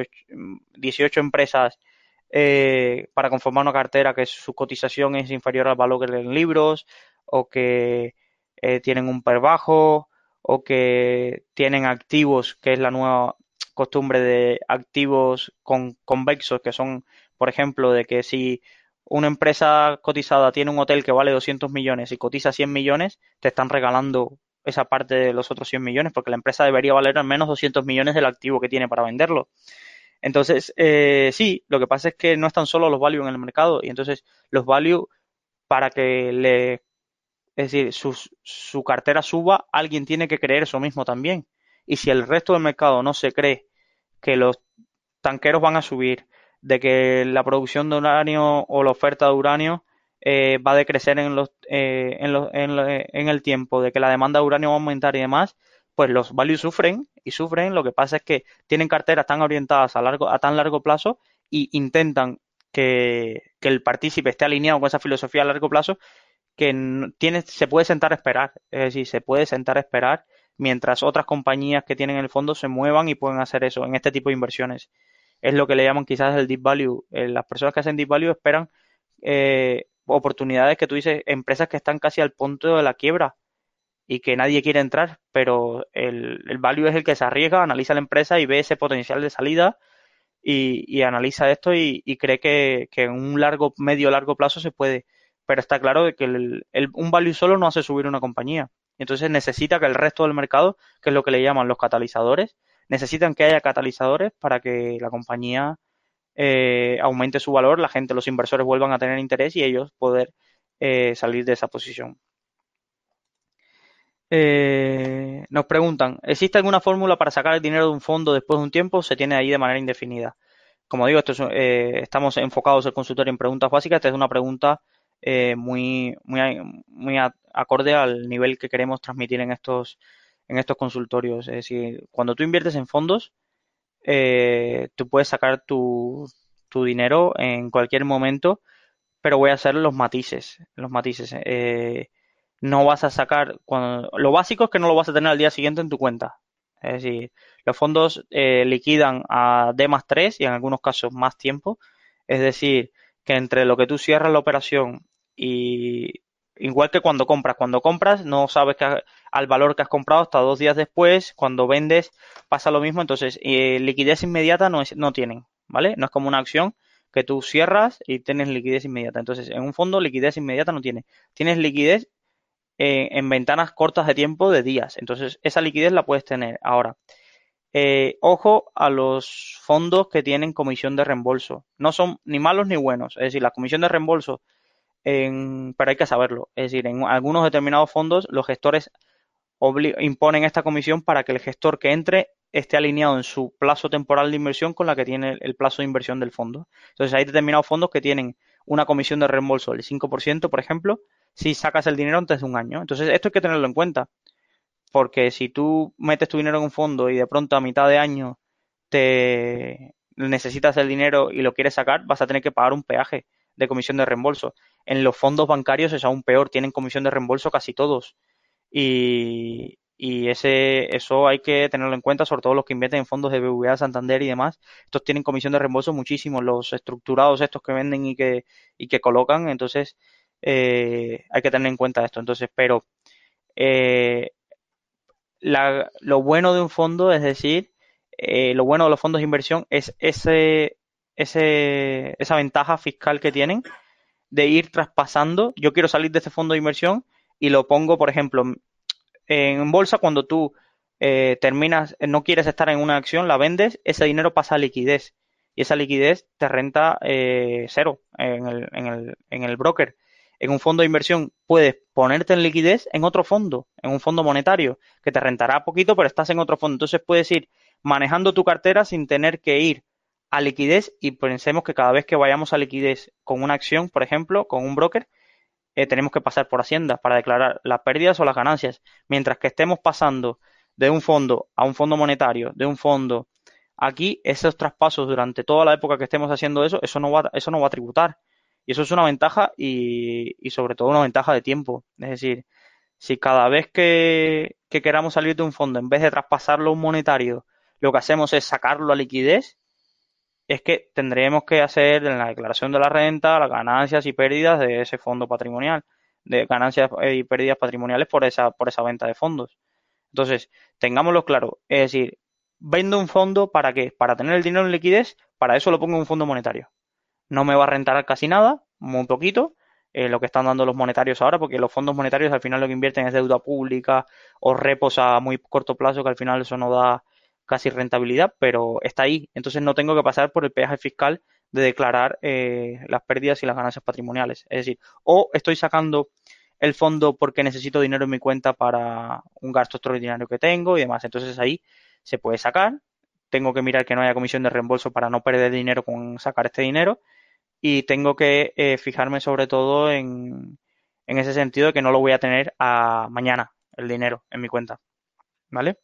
18 empresas para conformar una cartera que su cotización es inferior al valor que en libros o que tienen un PER bajo o que tienen activos, que es la nueva costumbre de activos convexos, que son, por ejemplo, de que si una empresa cotizada tiene un hotel que vale 200 millones y cotiza 100 millones, te están regalando esa parte de los otros 100 millones porque la empresa debería valer al menos 200 millones del activo que tiene para venderlo. Entonces, sí, lo que pasa es que no están solo los value en el mercado y entonces los value para que es decir, su cartera suba, alguien tiene que creer eso mismo también. Y si el resto del mercado no se cree que los tanqueros van a subir, de que la producción de uranio o la oferta de uranio va a decrecer en el tiempo, de que la demanda de uranio va a aumentar y demás, pues los values sufren y sufren. Lo que pasa es que tienen carteras tan orientadas a tan largo plazo y intentan que el partícipe esté alineado con esa filosofía a largo plazo que se puede sentar a esperar, es decir, se puede sentar a esperar mientras otras compañías que tienen el fondo se muevan y pueden hacer eso en este tipo de inversiones. Es lo que le llaman quizás el deep value. Las personas que hacen deep value esperan oportunidades que tú dices, empresas que están casi al punto de la quiebra y que nadie quiere entrar, pero el value es el que se arriesga, analiza la empresa y ve ese potencial de salida y analiza esto y cree que en un medio largo plazo se puede. Pero está claro de que un value solo no hace subir una compañía. Entonces necesita que el resto del mercado, que es lo que le llaman los catalizadores, necesitan que haya catalizadores para que la compañía aumente su valor, la gente, los inversores vuelvan a tener interés y ellos poder salir de esa posición. Nos preguntan, ¿existe alguna fórmula para sacar el dinero de un fondo después de un tiempo? Se tiene ahí de manera indefinida. Como digo, estamos enfocados el consultorio en preguntas básicas. Esta es una pregunta muy acorde al nivel que queremos transmitir en estos consultorios. Es decir, cuando tú inviertes en fondos, tú puedes sacar tu dinero en cualquier momento, pero voy a hacer los matices. Los matices. No vas a sacar, lo básico es que no lo vas a tener al día siguiente en tu cuenta. Es decir, los fondos liquidan a D más 3 y en algunos casos más tiempo. Es decir, que entre lo que tú cierras la operación y igual que cuando compras no sabes al valor que has comprado hasta 2 días después, cuando vendes pasa lo mismo, entonces liquidez inmediata no tienen, ¿vale? No es como una acción que tú cierras y tienes liquidez inmediata. Entonces, en un fondo liquidez inmediata no tiene. Tienes liquidez en ventanas cortas de tiempo de días. Entonces, esa liquidez la puedes tener. Ahora, ojo a los fondos que tienen comisión de reembolso. No son ni malos ni buenos. Es decir, la comisión de reembolso, pero hay que saberlo. Es decir, en algunos determinados fondos los gestores imponen esta comisión para que el gestor que entre esté alineado en su plazo temporal de inversión con la que tiene el plazo de inversión del fondo. Entonces hay determinados fondos que tienen una comisión de reembolso del 5%, por ejemplo, si sacas el dinero antes de un año. Entonces esto hay que tenerlo en cuenta, porque si tú metes tu dinero en un fondo y de pronto a mitad de año te necesitas el dinero y lo quieres sacar, vas a tener que pagar un peaje de comisión de reembolso. En los fondos bancarios es aún peor, tienen comisión de reembolso casi todos. Y eso hay que tenerlo en cuenta, sobre todo los que invierten en fondos de BBVA, Santander y demás. Estos tienen comisión de reembolso muchísimo, los estructurados estos que venden y que colocan. Entonces, hay que tener en cuenta esto. Entonces, pero eh, lo bueno de un fondo, es decir, lo bueno de los fondos de inversión es esa ventaja fiscal que tienen de ir traspasando. Yo quiero salir de ese fondo de inversión y lo pongo, por ejemplo, en bolsa. Cuando tú terminas, no quieres estar en una acción, la vendes, ese dinero pasa a liquidez y esa liquidez te renta cero en el broker. En un fondo de inversión puedes ponerte en liquidez en otro fondo, en un fondo monetario, que te rentará poquito, pero estás en otro fondo. Entonces puedes ir manejando tu cartera sin tener que ir a liquidez, y pensemos que cada vez que vayamos a liquidez con una acción, por ejemplo, con un broker, tenemos que pasar por Hacienda para declarar las pérdidas o las ganancias. Mientras que estemos pasando de un fondo a un fondo monetario, de un fondo aquí, esos traspasos durante toda la época que estemos haciendo eso no va a tributar. Y eso es una ventaja y sobre todo una ventaja de tiempo. Es decir, si cada vez que queramos salir de un fondo, en vez de traspasarlo a un monetario, lo que hacemos es sacarlo a liquidez, es que tendremos que hacer en la declaración de la renta las ganancias y pérdidas de ese fondo patrimonial, de ganancias y pérdidas patrimoniales por esa venta de fondos. Entonces, tengámoslo claro, es decir, vendo un fondo ¿para qué? Para tener el dinero en liquidez, para eso lo pongo en un fondo monetario. No me va a rentar casi nada, muy poquito, lo que están dando los monetarios ahora, porque los fondos monetarios al final lo que invierten es deuda pública o repos a muy corto plazo, que al final eso no da casi rentabilidad, pero está ahí. Entonces no tengo que pasar por el peaje fiscal de declarar las pérdidas y las ganancias patrimoniales. Es decir, o estoy sacando el fondo porque necesito dinero en mi cuenta para un gasto extraordinario que tengo y demás. Entonces ahí se puede sacar. Tengo que mirar que no haya comisión de reembolso para no perder dinero con sacar este dinero, y tengo que fijarme sobre todo en ese sentido de que no lo voy a tener a mañana el dinero en mi cuenta, ¿vale?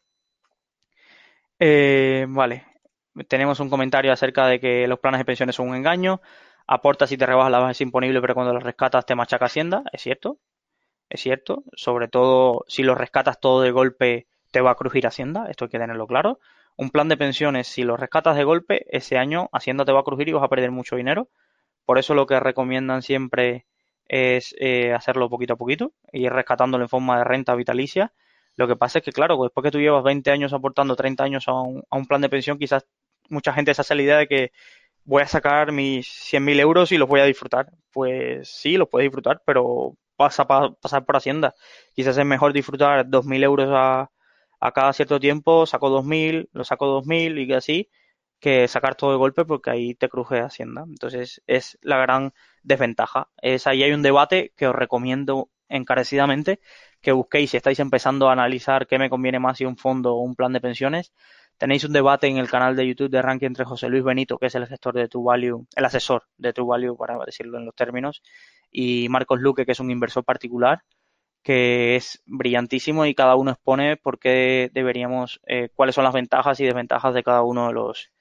Vale, tenemos un comentario acerca de que los planes de pensiones son un engaño. Aportas si te rebajas la base imponible, pero cuando las rescatas te machaca Hacienda. Es cierto. Sobre todo si lo rescatas todo de golpe, te va a crujir Hacienda. Esto hay que tenerlo claro. Un plan de pensiones, si lo rescatas de golpe, ese año Hacienda te va a crujir y vas a perder mucho dinero. Por eso lo que recomiendan siempre es hacerlo poquito a poquito, ir rescatándolo en forma de renta vitalicia. Lo que pasa es que, claro, después que tú llevas 20 años aportando 30 años a un plan de pensión, quizás mucha gente se hace la idea de que voy a sacar mis 100.000 euros y los voy a disfrutar. Pues sí, los puedes disfrutar, pero pasar por Hacienda. Quizás es mejor disfrutar 2.000 euros a cada cierto tiempo, saco 2.000, lo saco 2.000 y así, que sacar todo de golpe, porque ahí te cruje Hacienda. Entonces es la gran desventaja. Ahí hay un debate que os recomiendo encarecidamente que busquéis si estáis empezando a analizar qué me conviene más, si un fondo o un plan de pensiones. Tenéis un debate en el canal de YouTube de Ranking entre José Luis Benito, que es el gestor de True Value, el asesor de True Value, para decirlo en los términos, y Marcos Luque, que es un inversor particular, que es brillantísimo, y cada uno expone por qué deberíamos, cuáles son las ventajas y desventajas de cada uno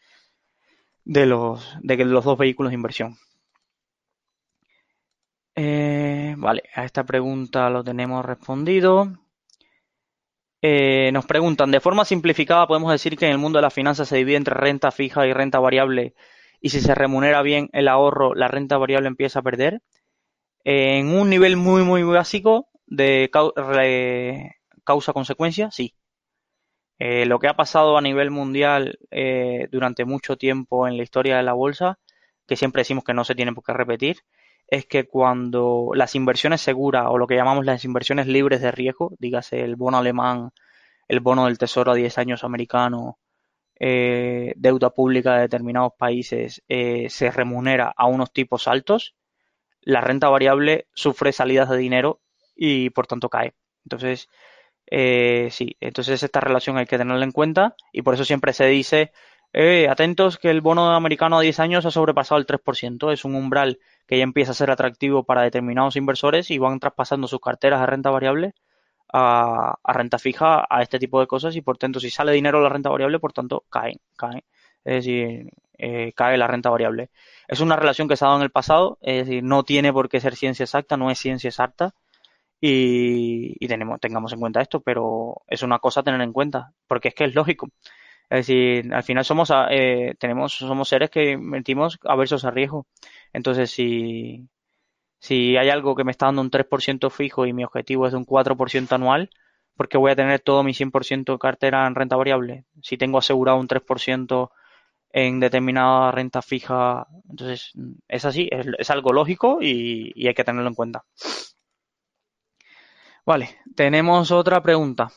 de los dos vehículos de inversión. Vale, a esta pregunta lo tenemos respondido. Nos preguntan, de forma simplificada, podemos decir que en el mundo de las finanzas se divide entre renta fija y renta variable, y si se remunera bien el ahorro, la renta variable empieza a perder. En un nivel muy, muy básico de causa-consecuencia, sí. Lo que ha pasado a nivel mundial durante mucho tiempo en la historia de la bolsa, que siempre decimos que no se tiene por qué repetir, es que cuando las inversiones seguras, o lo que llamamos las inversiones libres de riesgo, dígase el bono alemán, el bono del tesoro a 10 años americano, deuda pública de determinados países, se remunera a unos tipos altos, la renta variable sufre salidas de dinero y por tanto cae. Entonces, sí, entonces esta relación hay que tenerla en cuenta, y por eso siempre se dice, atentos que el bono americano a 10 años ha sobrepasado el 3%, es un umbral que ya empieza a ser atractivo para determinados inversores y van traspasando sus carteras de renta variable a renta fija, a este tipo de cosas, y por tanto si sale dinero a la renta variable, por tanto caen. Es decir, cae la renta variable. Es una relación que se ha dado en el pasado, es decir, no tiene por qué ser ciencia exacta, no es ciencia exacta, y tengamos en cuenta esto, pero es una cosa a tener en cuenta, porque es que es lógico. Es decir, al final somos seres que mentimos aversos a riesgo. Entonces, si hay algo que me está dando un 3% fijo y mi objetivo es de un 4% anual, ¿por qué voy a tener todo mi 100% de cartera en renta variable? Si tengo asegurado un 3% en determinada renta fija, entonces es así, es algo lógico y hay que tenerlo en cuenta. Vale, tenemos otra pregunta.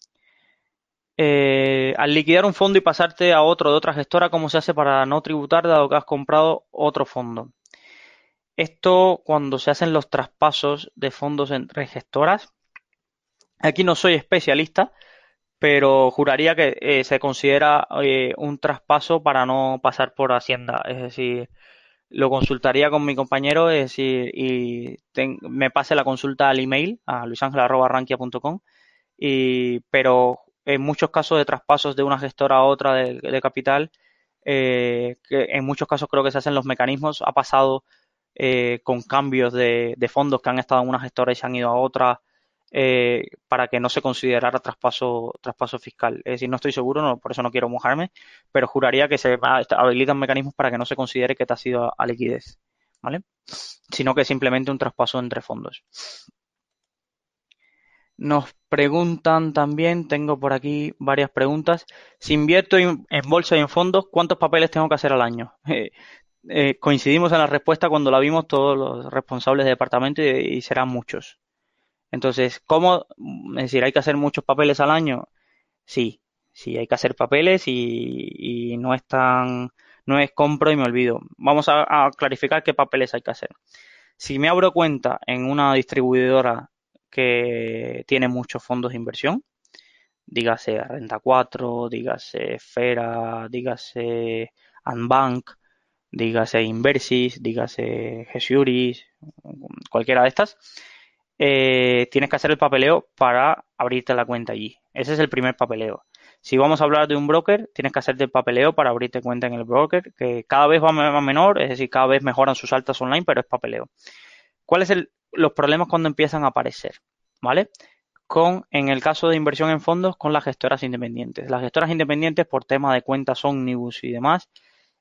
Al liquidar un fondo y pasarte a otro de otra gestora, ¿cómo se hace para no tributar dado que has comprado otro fondo? Esto cuando se hacen los traspasos de fondos entre gestoras. Aquí no soy especialista, pero juraría que se considera un traspaso para no pasar por Hacienda. Es decir, lo consultaría con mi compañero, es decir, me pase la consulta al email a luisangel@rankia.com. Pero en muchos casos de traspasos de una gestora a otra de capital, que en muchos casos creo que se hacen los mecanismos, ha pasado con cambios de fondos que han estado en una gestora y se han ido a otra, para que no se considerara traspaso fiscal. Es decir, no estoy seguro, no, por eso no quiero mojarme, pero juraría que se habilitan mecanismos para que no se considere que te has ido a liquidez, ¿vale? Sino que simplemente un traspaso entre fondos. Nos preguntan también, tengo por aquí varias preguntas. Si invierto en bolsa y en fondos, ¿cuántos papeles tengo que hacer al año? Coincidimos en la respuesta cuando la vimos todos los responsables de departamento y serán muchos. Entonces, ¿cómo? Es decir, ¿hay que hacer muchos papeles al año? Sí, sí, hay que hacer papeles y no es compro y me olvido. Vamos a clarificar qué papeles hay que hacer. Si me abro cuenta en una distribuidora que tiene muchos fondos de inversión, dígase Renta 4, dígase Esfera, dígase Anbank, dígase Inversis, dígase Gesuris, cualquiera de estas, tienes que hacer el papeleo para abrirte la cuenta allí. Ese es el primer papeleo. Si vamos a hablar de un broker, tienes que hacerte el papeleo para abrirte cuenta en el broker, que cada vez va a menor, es decir, cada vez mejoran sus altas online, pero es papeleo. ¿Cuáles son los problemas cuando empiezan a aparecer? ¿Vale? En el caso de inversión en fondos, con las gestoras independientes. Las gestoras independientes, por tema de cuentas ómnibus y demás,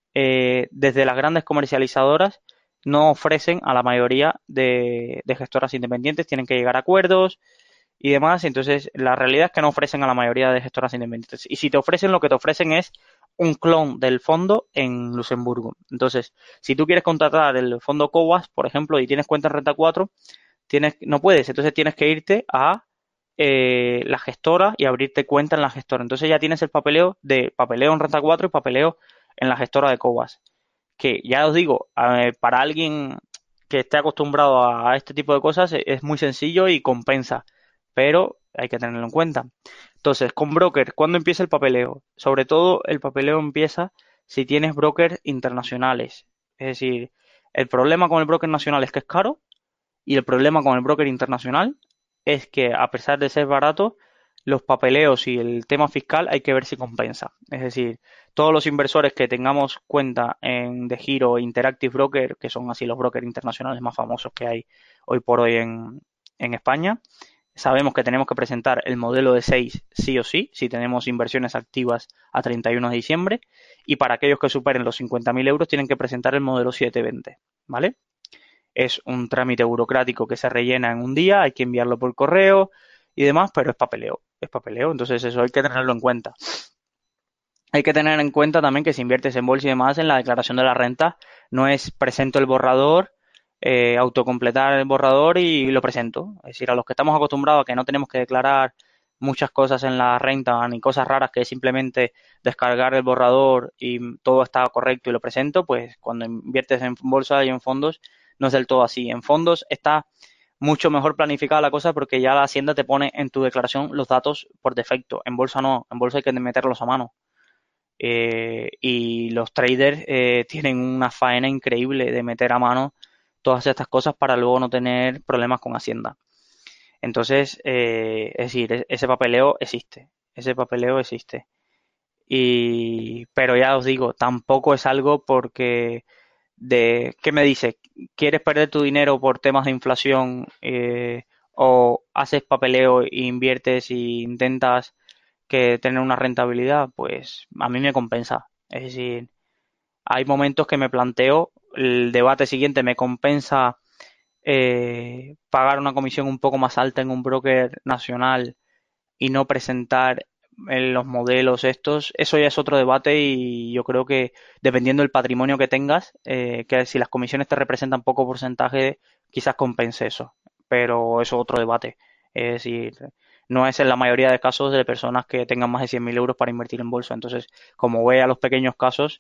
desde las grandes comercializadoras, no ofrecen a la mayoría de gestoras independientes, tienen que llegar a acuerdos y demás. Entonces, la realidad es que no ofrecen a la mayoría de gestoras independientes. Y si te ofrecen, lo que te ofrecen es un clon del fondo en Luxemburgo. Entonces, si tú quieres contratar el fondo COBAS, por ejemplo, y tienes cuenta en Renta 4, no puedes. Entonces, tienes que irte a la gestora y abrirte cuenta en la gestora. Entonces, ya tienes el papeleo en Renta 4 y papeleo en la gestora de COBAS. Que ya os digo, para alguien que esté acostumbrado a este tipo de cosas es muy sencillo y compensa, pero hay que tenerlo en cuenta. Entonces, con broker, ¿cuándo empieza el papeleo? Sobre todo el papeleo empieza si tienes brokers internacionales. Es decir, el problema con el broker nacional es que es caro y el problema con el broker internacional es que a pesar de ser barato, los papeleos y el tema fiscal hay que ver si compensa. Es decir, todos los inversores que tengamos cuenta en DEGIRO e Interactive Broker, que son así los brokers internacionales más famosos que hay hoy por hoy en España, sabemos que tenemos que presentar el modelo de 6 sí o sí, si tenemos inversiones activas a 31 de diciembre, y para aquellos que superen los 50.000 euros tienen que presentar el modelo 720, ¿vale? Es un trámite burocrático que se rellena en un día, hay que enviarlo por correo y demás, pero es papeleo, entonces eso hay que tenerlo en cuenta. Hay que tener en cuenta también que si inviertes en bolsa y demás, en la declaración de la renta no es presento el borrador, autocompletar el borrador y lo presento. Es decir, a los que estamos acostumbrados a que no tenemos que declarar muchas cosas en la renta ni cosas raras, que es simplemente descargar el borrador y todo está correcto y lo presento, pues cuando inviertes en bolsa y en fondos no es del todo así. En fondos está mucho mejor planificada la cosa porque ya la Hacienda te pone en tu declaración los datos por defecto. En bolsa no, en bolsa hay que meterlos a mano. Y los traders tienen una faena increíble de meter a mano todas estas cosas para luego no tener problemas con Hacienda. Entonces, es decir, ese papeleo existe. Pero ya os digo, tampoco es algo porque ¿qué me dice? ¿Quieres perder tu dinero por temas de inflación o haces papeleo e inviertes y intentas que tener una rentabilidad, pues a mí me compensa. Es decir, hay momentos que me planteo el debate siguiente, me compensa pagar una comisión un poco más alta en un broker nacional y no presentar los modelos estos, eso ya es otro debate y yo creo que dependiendo del patrimonio que tengas, que si las comisiones te representan poco porcentaje, quizás compense eso, pero eso es otro debate. Es decir, no es en la mayoría de casos de personas que tengan más de 100.000 euros para invertir en bolsa. Entonces, como voy a los pequeños casos,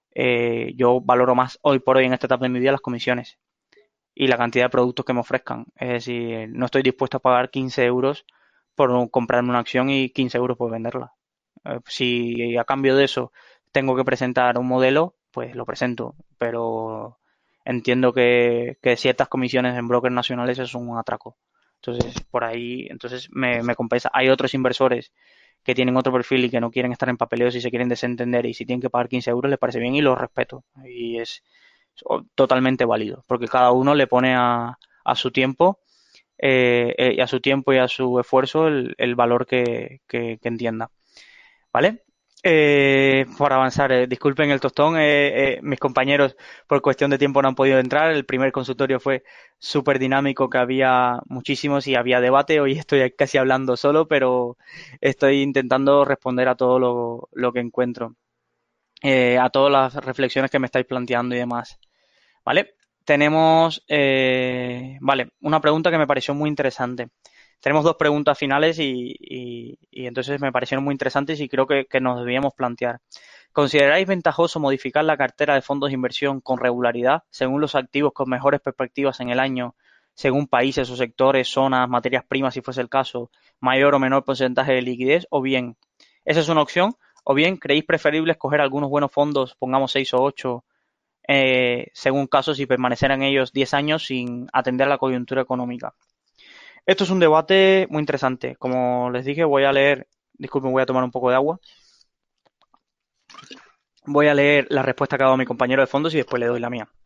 yo valoro más hoy por hoy en esta etapa de mi vida las comisiones y la cantidad de productos que me ofrezcan. Es decir, no estoy dispuesto a pagar 15 euros por comprarme una acción y 15 euros por venderla. Si a cambio de eso tengo que presentar un modelo, pues lo presento, pero entiendo que ciertas comisiones en brokers nacionales es un atraco. Entonces, por ahí, entonces me compensa. Hay otros inversores que tienen otro perfil y que no quieren estar en papeleos y se quieren desentender y si tienen que pagar 15 euros les parece bien y lo respeto. Y es totalmente válido, porque cada uno le pone a su tiempo y a su tiempo y a su esfuerzo el valor que entienda. ¿Vale? Por avanzar, disculpen el tostón, mis compañeros por cuestión de tiempo no han podido entrar. El primer consultorio fue súper dinámico, que había muchísimos y había debate. Hoy estoy casi hablando solo, pero estoy intentando responder a todo lo que encuentro, a todas las reflexiones que me estáis planteando y demás. ¿Vale? Tenemos, vale, una pregunta que me pareció muy interesante. Tenemos dos preguntas finales y entonces me parecieron muy interesantes y creo que nos debíamos plantear. ¿Consideráis ventajoso modificar la cartera de fondos de inversión con regularidad, según los activos con mejores perspectivas en el año, según países o sectores, zonas, materias primas, si fuese el caso, mayor o menor porcentaje de liquidez? O bien, esa es una opción, o bien creéis preferible escoger algunos buenos fondos, pongamos 6 o 8 según casos y permanecer en ellos 10 años sin atender a la coyuntura económica. Esto es un debate muy interesante. Como les dije, voy a leer, disculpen, voy a tomar un poco de agua. Voy a leer la respuesta que ha dado mi compañero de fondos y después le doy la mía.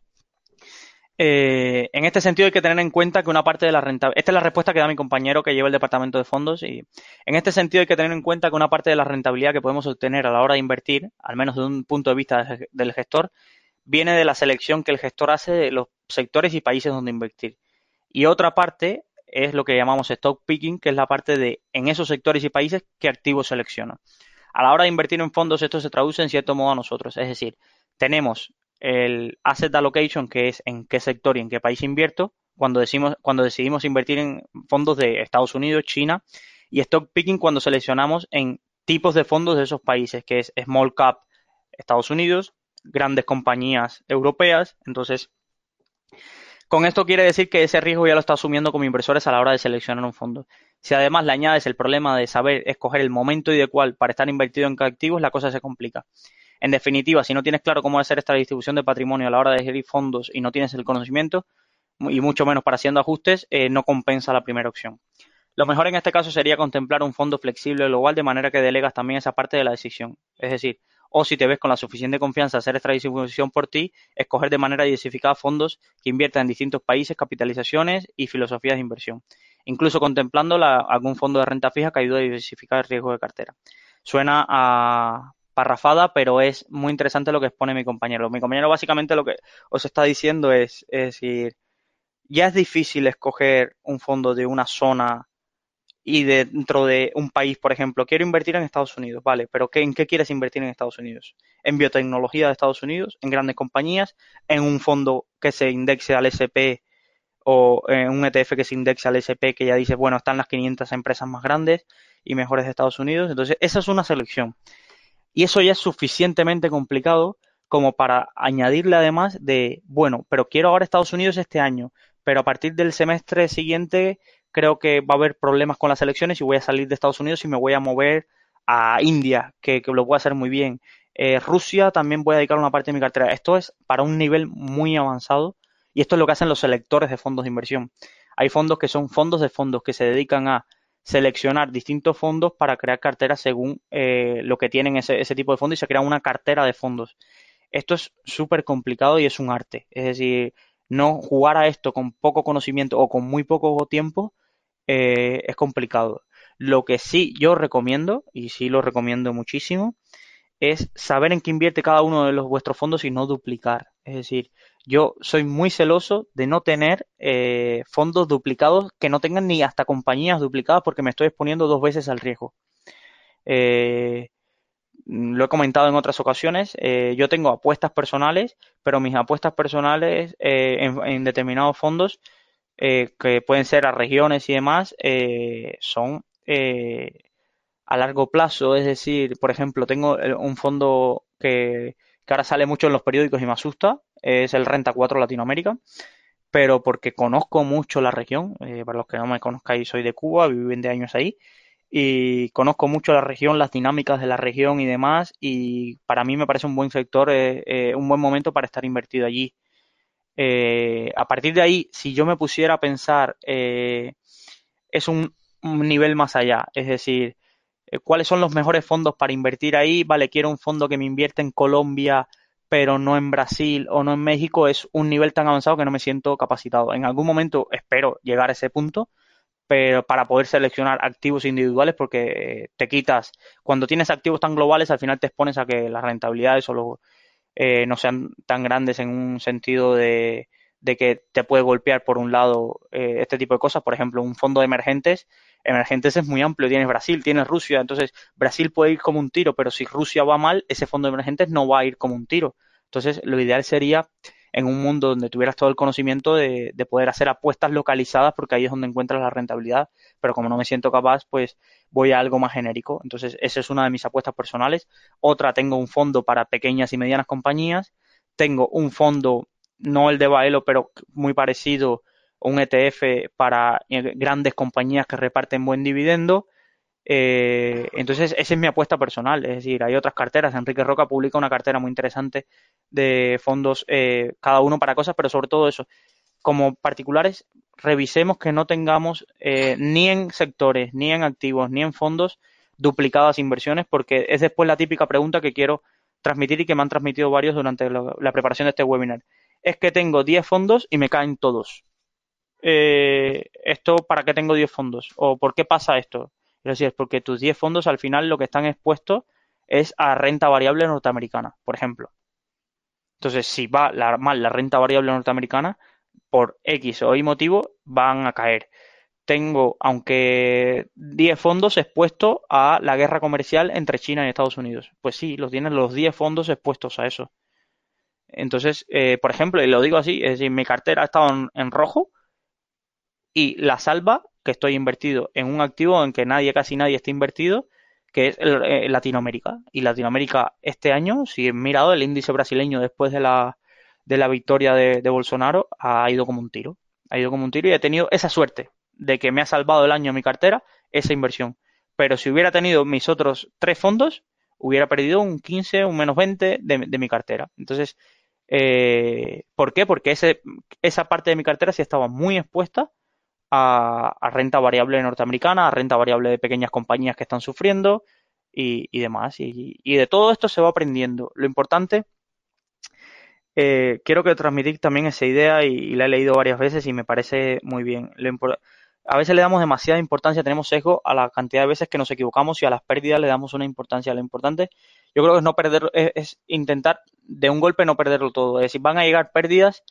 En este sentido hay que tener en cuenta que una parte de la rentabilidad, esta es la respuesta que da mi compañero que lleva el departamento de fondos y en este sentido hay que tener en cuenta que una parte de la rentabilidad que podemos obtener a la hora de invertir, al menos de un punto de vista del gestor, viene de la selección que el gestor hace de los sectores y países donde invertir. Y otra parte es lo que llamamos stock picking, que es la parte de en esos sectores y países qué activos selecciona. A la hora de invertir en fondos esto se traduce en cierto modo a nosotros, es decir, tenemos el asset allocation, que es en qué sector y en qué país invierto, cuando decidimos invertir en fondos de Estados Unidos, China, y stock picking cuando seleccionamos en tipos de fondos de esos países, que es small cap Estados Unidos, grandes compañías europeas. Entonces, con esto quiere decir que ese riesgo ya lo está asumiendo como inversores a la hora de seleccionar un fondo. Si además le añades el problema de saber escoger el momento ideal para estar invertido en qué activos, la cosa se complica. En definitiva, si no tienes claro cómo hacer esta distribución de patrimonio a la hora de elegir fondos y no tienes el conocimiento, y mucho menos para haciendo ajustes, no compensa la primera opción. Lo mejor en este caso sería contemplar un fondo flexible global de manera que delegas también esa parte de la decisión. Es decir, o si te ves con la suficiente confianza hacer esta distribución por ti, escoger de manera diversificada fondos que inviertan en distintos países, capitalizaciones y filosofías de inversión. Incluso contemplando algún fondo de renta fija que ayude a diversificar el riesgo de cartera. Suena a parrafada, pero es muy interesante lo que expone mi compañero. Mi compañero básicamente lo que os está diciendo es decir, ya es difícil escoger un fondo de una zona y dentro de un país, por ejemplo, quiero invertir en Estados Unidos, vale, pero ¿en qué quieres invertir en Estados Unidos? ¿En biotecnología de Estados Unidos? ¿En grandes compañías? ¿En un fondo que se indexe al SP o en un ETF que se indexe al SP que ya dice, bueno, están las 500 empresas más grandes y mejores de Estados Unidos? Entonces, esa es una selección. Y eso ya es suficientemente complicado como para añadirle además de, bueno, pero quiero ahora Estados Unidos este año, pero a partir del semestre siguiente creo que va a haber problemas con las elecciones y voy a salir de Estados Unidos y me voy a mover a India, que lo puedo hacer muy bien. Rusia también voy a dedicar una parte de mi cartera. Esto es para un nivel muy avanzado y esto es lo que hacen los selectores de fondos de inversión. Hay fondos que son fondos de fondos que se dedican a seleccionar distintos fondos para crear carteras según lo que tienen ese tipo de fondos y se crea una cartera de fondos. Esto es súper complicado y es un arte. Es decir, no jugar a esto con poco conocimiento o con muy poco tiempo es complicado. Lo que sí yo recomiendo, y sí lo recomiendo muchísimo, es saber en qué invierte cada uno de los vuestros fondos y no duplicar. Es decir, yo soy muy celoso de no tener fondos duplicados que no tengan ni hasta compañías duplicadas porque me estoy exponiendo dos veces al riesgo. Eh, lo he comentado en otras ocasiones, yo tengo apuestas personales, pero mis apuestas personales en determinados fondos, que pueden ser a regiones y demás, son a largo plazo. Es decir, por ejemplo, tengo un fondo que ahora sale mucho en los periódicos y me asusta, es el Renta 4 Latinoamérica, pero porque conozco mucho la región. Para los que no me conozcáis, soy de Cuba, viví 20 años ahí y conozco mucho la región, las dinámicas de la región y demás, y para mí me parece un buen sector, un buen momento para estar invertido allí. A partir de ahí, si yo me pusiera a pensar, es un nivel más allá, es decir, cuáles son los mejores fondos para invertir ahí. Vale, quiero un fondo que me invierta en Colombia, pero no en Brasil o no en México. Es un nivel tan avanzado que no me siento capacitado. En algún momento espero llegar a ese punto, pero para poder seleccionar activos individuales, porque te quitas, cuando tienes activos tan globales, al final te expones a que las rentabilidades no sean tan grandes en un sentido de que te puede golpear por un lado este tipo de cosas. Por ejemplo, un fondo de emergentes es muy amplio. Tienes Brasil, tienes Rusia, entonces Brasil puede ir como un tiro, pero si Rusia va mal, ese fondo de emergentes no va a ir como un tiro. Entonces, lo ideal sería en un mundo donde tuvieras todo el conocimiento de poder hacer apuestas localizadas, porque ahí es donde encuentras la rentabilidad, pero como no me siento capaz, pues voy a algo más genérico. Entonces, esa es una de mis apuestas personales. Otra, tengo un fondo para pequeñas y medianas compañías. Tengo un fondo, no el de Baelo, pero muy parecido, un ETF para grandes compañías que reparten buen dividendo. Entonces, esa es mi apuesta personal. Es decir, hay otras carteras. Enrique Roca publica una cartera muy interesante de fondos, cada uno para cosas, pero sobre todo eso. Como particulares, revisemos que no tengamos ni en sectores, ni en activos, ni en fondos duplicadas inversiones, porque es después la típica pregunta que quiero transmitir y que me han transmitido varios durante la preparación de este webinar. Es que tengo 10 fondos y me caen todos. ¿Esto para qué tengo 10 fondos? ¿O por qué pasa esto? Es decir, es porque tus 10 fondos al final lo que están expuestos es a renta variable norteamericana, por ejemplo. Entonces, si va mal la renta variable norteamericana, por X o Y motivo, van a caer. Tengo, aunque 10 fondos expuestos a la guerra comercial entre China y Estados Unidos. Pues sí, los tienen los 10 fondos expuestos a eso. Entonces, por ejemplo, y lo digo así, es decir, mi cartera ha estado en rojo y la salva, que estoy invertido en un activo en que casi nadie está invertido, que es Latinoamérica. Y Latinoamérica este año, si he mirado el índice brasileño después de la victoria de Bolsonaro, ha ido como un tiro. Ha ido como un tiro y he tenido esa suerte de que me ha salvado el año mi cartera, esa inversión. Pero si hubiera tenido mis otros tres fondos, hubiera perdido un 15, un menos 20 de mi cartera. Entonces, ¿por qué? Porque esa parte de mi cartera sí estaba muy expuesta a renta variable norteamericana, a renta variable de pequeñas compañías que están sufriendo y demás. Y de todo esto se va aprendiendo. Lo importante, quiero que transmitir también esa idea y la he leído varias veces y me parece muy bien. A veces le damos demasiada importancia, tenemos sesgo a la cantidad de veces que nos equivocamos y a las pérdidas le damos una importancia. Lo importante, yo creo que es no perder, es intentar de un golpe no perderlo todo. Es decir, van a llegar pérdidas,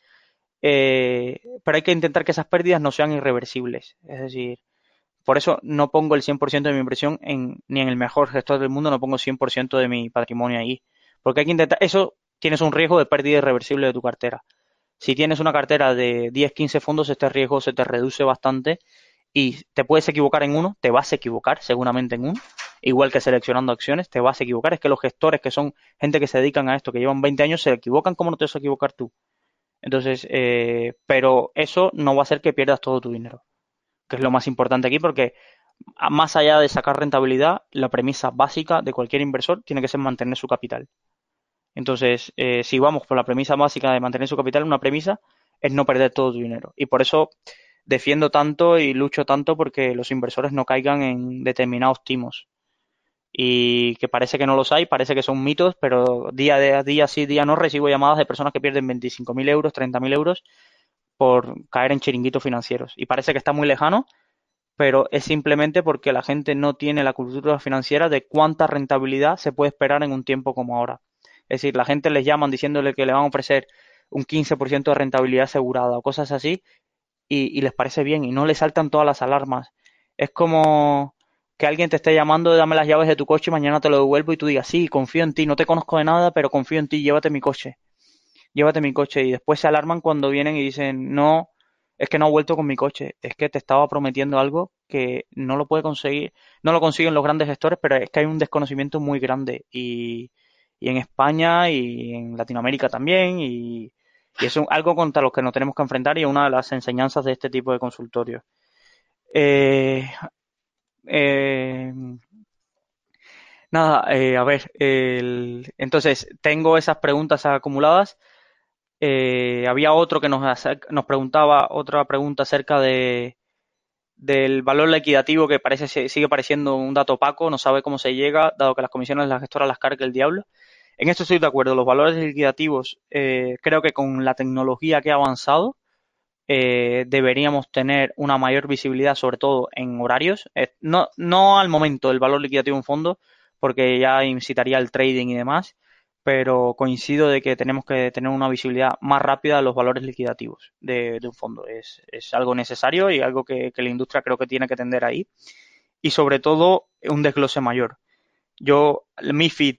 pero hay que intentar que esas pérdidas no sean irreversibles. Es decir, por eso no pongo el 100% de mi inversión ni en el mejor gestor del mundo, no pongo 100% de mi patrimonio ahí. Porque hay que intentar, eso tienes un riesgo de pérdida irreversible de tu cartera. Si tienes una cartera de 10, 15 fondos, este riesgo se te reduce bastante y te puedes equivocar en uno, te vas a equivocar seguramente en uno, igual que seleccionando acciones, te vas a equivocar. Es que los gestores, que son gente que se dedican a esto, que llevan 20 años, se equivocan, ¿cómo no te vas a equivocar tú? Entonces, pero eso no va a hacer que pierdas todo tu dinero, que es lo más importante aquí, porque más allá de sacar rentabilidad, la premisa básica de cualquier inversor tiene que ser mantener su capital. Entonces, si vamos por la premisa básica de mantener su capital, una premisa es no perder todo tu dinero. Y por eso defiendo tanto y lucho tanto porque los inversores no caigan en determinados timos. Y que parece que no los hay, parece que son mitos, pero día a día sí, día no, recibo llamadas de personas que pierden 25.000 euros, 30.000 euros por caer en chiringuitos financieros. Y parece que está muy lejano, pero es simplemente porque la gente no tiene la cultura financiera de cuánta rentabilidad se puede esperar en un tiempo como ahora. Es decir, la gente les llaman diciéndole que le van a ofrecer un 15% de rentabilidad asegurada o cosas así y les parece bien y no les saltan todas las alarmas. Es como que alguien te esté llamando de dame las llaves de tu coche y mañana te lo devuelvo y tú digas, sí, confío en ti, no te conozco de nada, pero confío en ti, llévate mi coche. Y después se alarman cuando vienen y dicen, no, es que no ha vuelto con mi coche, es que te estaba prometiendo algo que no lo puede conseguir, no lo consiguen los grandes gestores, pero es que hay un desconocimiento muy grande y en España y en Latinoamérica también y es algo contra lo que nos tenemos que enfrentar y es una de las enseñanzas de este tipo de consultorios. Eh, eh, Nada, a ver, entonces tengo esas preguntas acumuladas. Había otro que nos preguntaba otra pregunta acerca del valor liquidativo que sigue pareciendo un dato opaco, no sabe cómo se llega, dado que las comisiones de la gestora las carga el diablo. En esto estoy de acuerdo, los valores liquidativos creo que con la tecnología que ha avanzado deberíamos tener una mayor visibilidad, sobre todo en horarios. No al momento del valor liquidativo de un fondo, porque ya incitaría al trading y demás, pero coincido de que tenemos que tener una visibilidad más rápida de los valores liquidativos de un fondo. Es algo necesario y algo que la industria creo que tiene que tender ahí. Y sobre todo, un desglose mayor. MIFID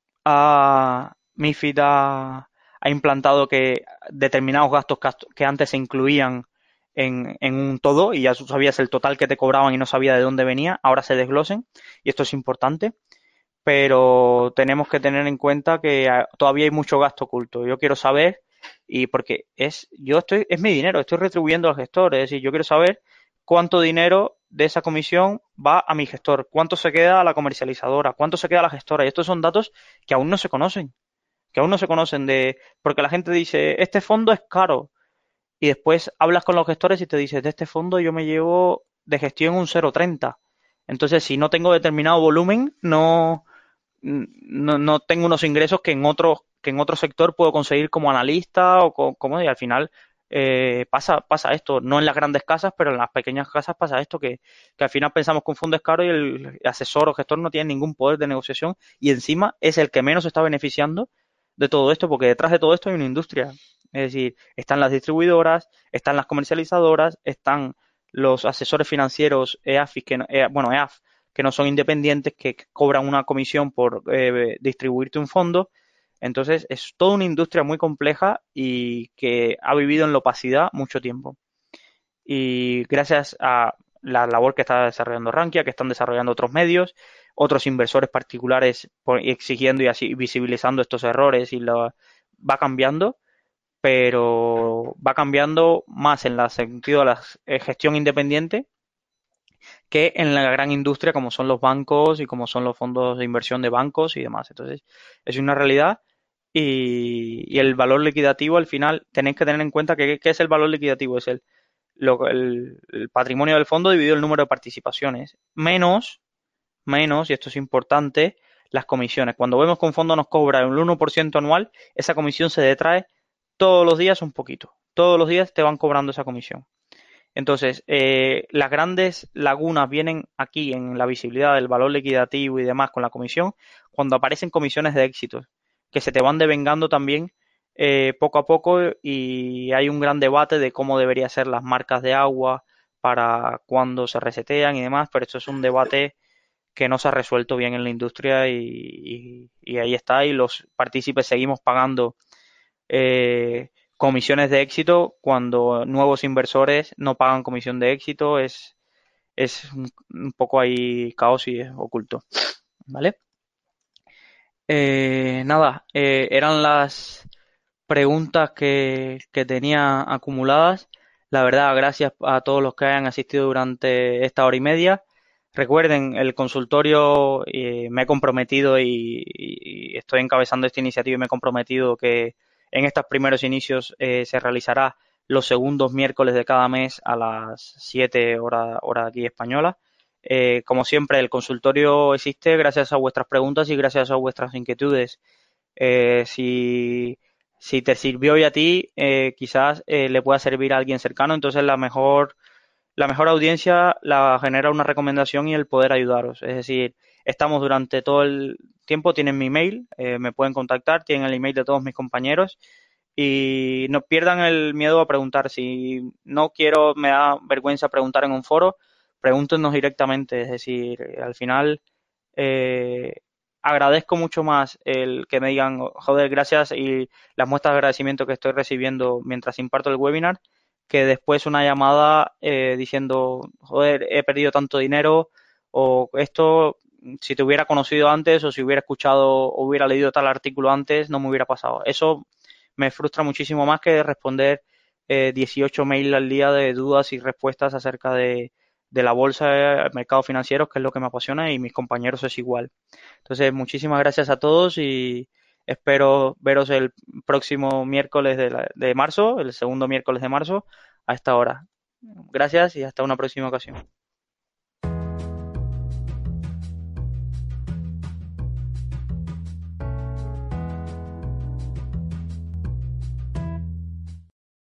ha implantado que determinados gastos que antes se incluían en un todo y ya tú sabías el total que te cobraban y no sabía de dónde venía, ahora se desglosen y esto es importante, pero tenemos que tener en cuenta que todavía hay mucho gasto oculto. Yo quiero saber y porque es mi dinero, estoy retribuyendo al gestor, es decir, yo quiero saber cuánto dinero de esa comisión va a mi gestor, cuánto se queda a la comercializadora, cuánto se queda a la gestora y estos son datos que aún no se conocen porque la gente dice, este fondo es caro, y después hablas con los gestores y te dices, de este fondo yo me llevo de gestión un 0,30. Entonces, si no tengo determinado volumen, no tengo unos ingresos que en otro sector puedo conseguir como analista como y al final pasa esto, no en las grandes casas, pero en las pequeñas casas pasa esto, que al final pensamos que un fondo es caro y el asesor o gestor no tiene ningún poder de negociación y encima es el que menos se está beneficiando de todo esto, porque detrás de todo esto hay una industria. Es decir, están las distribuidoras, están las comercializadoras, están los asesores financieros EAFIS, EAF, que no son independientes, que cobran una comisión por distribuirte un fondo. Entonces, es toda una industria muy compleja y que ha vivido en la opacidad mucho tiempo. Y gracias a la labor que está desarrollando Rankia, que están desarrollando otros medios, otros inversores particulares exigiendo y así visibilizando estos errores y lo va cambiando, pero va cambiando más en el sentido de la gestión independiente que en la gran industria como son los bancos y como son los fondos de inversión de bancos y demás. Entonces, es una realidad y el valor liquidativo al final tenéis que tener en cuenta que ¿qué es el valor liquidativo? Es el patrimonio del fondo dividido el número de participaciones, menos, y esto es importante, las comisiones. Cuando vemos que un fondo nos cobra un 1% anual, esa comisión se detrae todos los días un poquito. Todos los días te van cobrando esa comisión. Entonces, las grandes lagunas vienen aquí en la visibilidad del valor liquidativo y demás con la comisión, cuando aparecen comisiones de éxitos, que se te van devengando también poco a poco y hay un gran debate de cómo deberían ser las marcas de agua para cuando se resetean y demás, pero esto es un debate que no se ha resuelto bien en la industria y ahí está y los partícipes seguimos pagando comisiones de éxito cuando nuevos inversores no pagan comisión de éxito. Es un poco ahí caos y es oculto. ¿Vale? Nada, eran las preguntas que tenía acumuladas. La verdad, gracias a todos los que hayan asistido durante esta hora y media. Recuerden, el consultorio me he comprometido y estoy encabezando esta iniciativa y me he comprometido que en estos primeros inicios se realizará los segundos miércoles de cada mes a las 7 hora aquí española. Como siempre, el consultorio existe gracias a vuestras preguntas y gracias a vuestras inquietudes. Si te sirvió y a ti, quizás le pueda servir a alguien cercano, entonces la mejor audiencia la genera una recomendación y el poder ayudaros. Es decir, estamos durante todo el tiempo, tienen mi email, me pueden contactar, tienen el email de todos mis compañeros y no pierdan el miedo a preguntar. Si no quiero, me da vergüenza preguntar en un foro, pregúntenos directamente. Es decir, al final eh, agradezco mucho más el que me digan, joder, gracias y las muestras de agradecimiento que estoy recibiendo mientras imparto el webinar, que después una llamada diciendo, joder, he perdido tanto dinero o esto, si te hubiera conocido antes o si hubiera escuchado o hubiera leído tal artículo antes, no me hubiera pasado. Eso me frustra muchísimo más que responder 18 mails al día de dudas y respuestas acerca de la bolsa, el mercado financiero, que es lo que me apasiona, y mis compañeros es igual. Entonces, muchísimas gracias a todos y espero veros el próximo miércoles de marzo, el segundo miércoles de marzo, a esta hora. Gracias y hasta una próxima ocasión.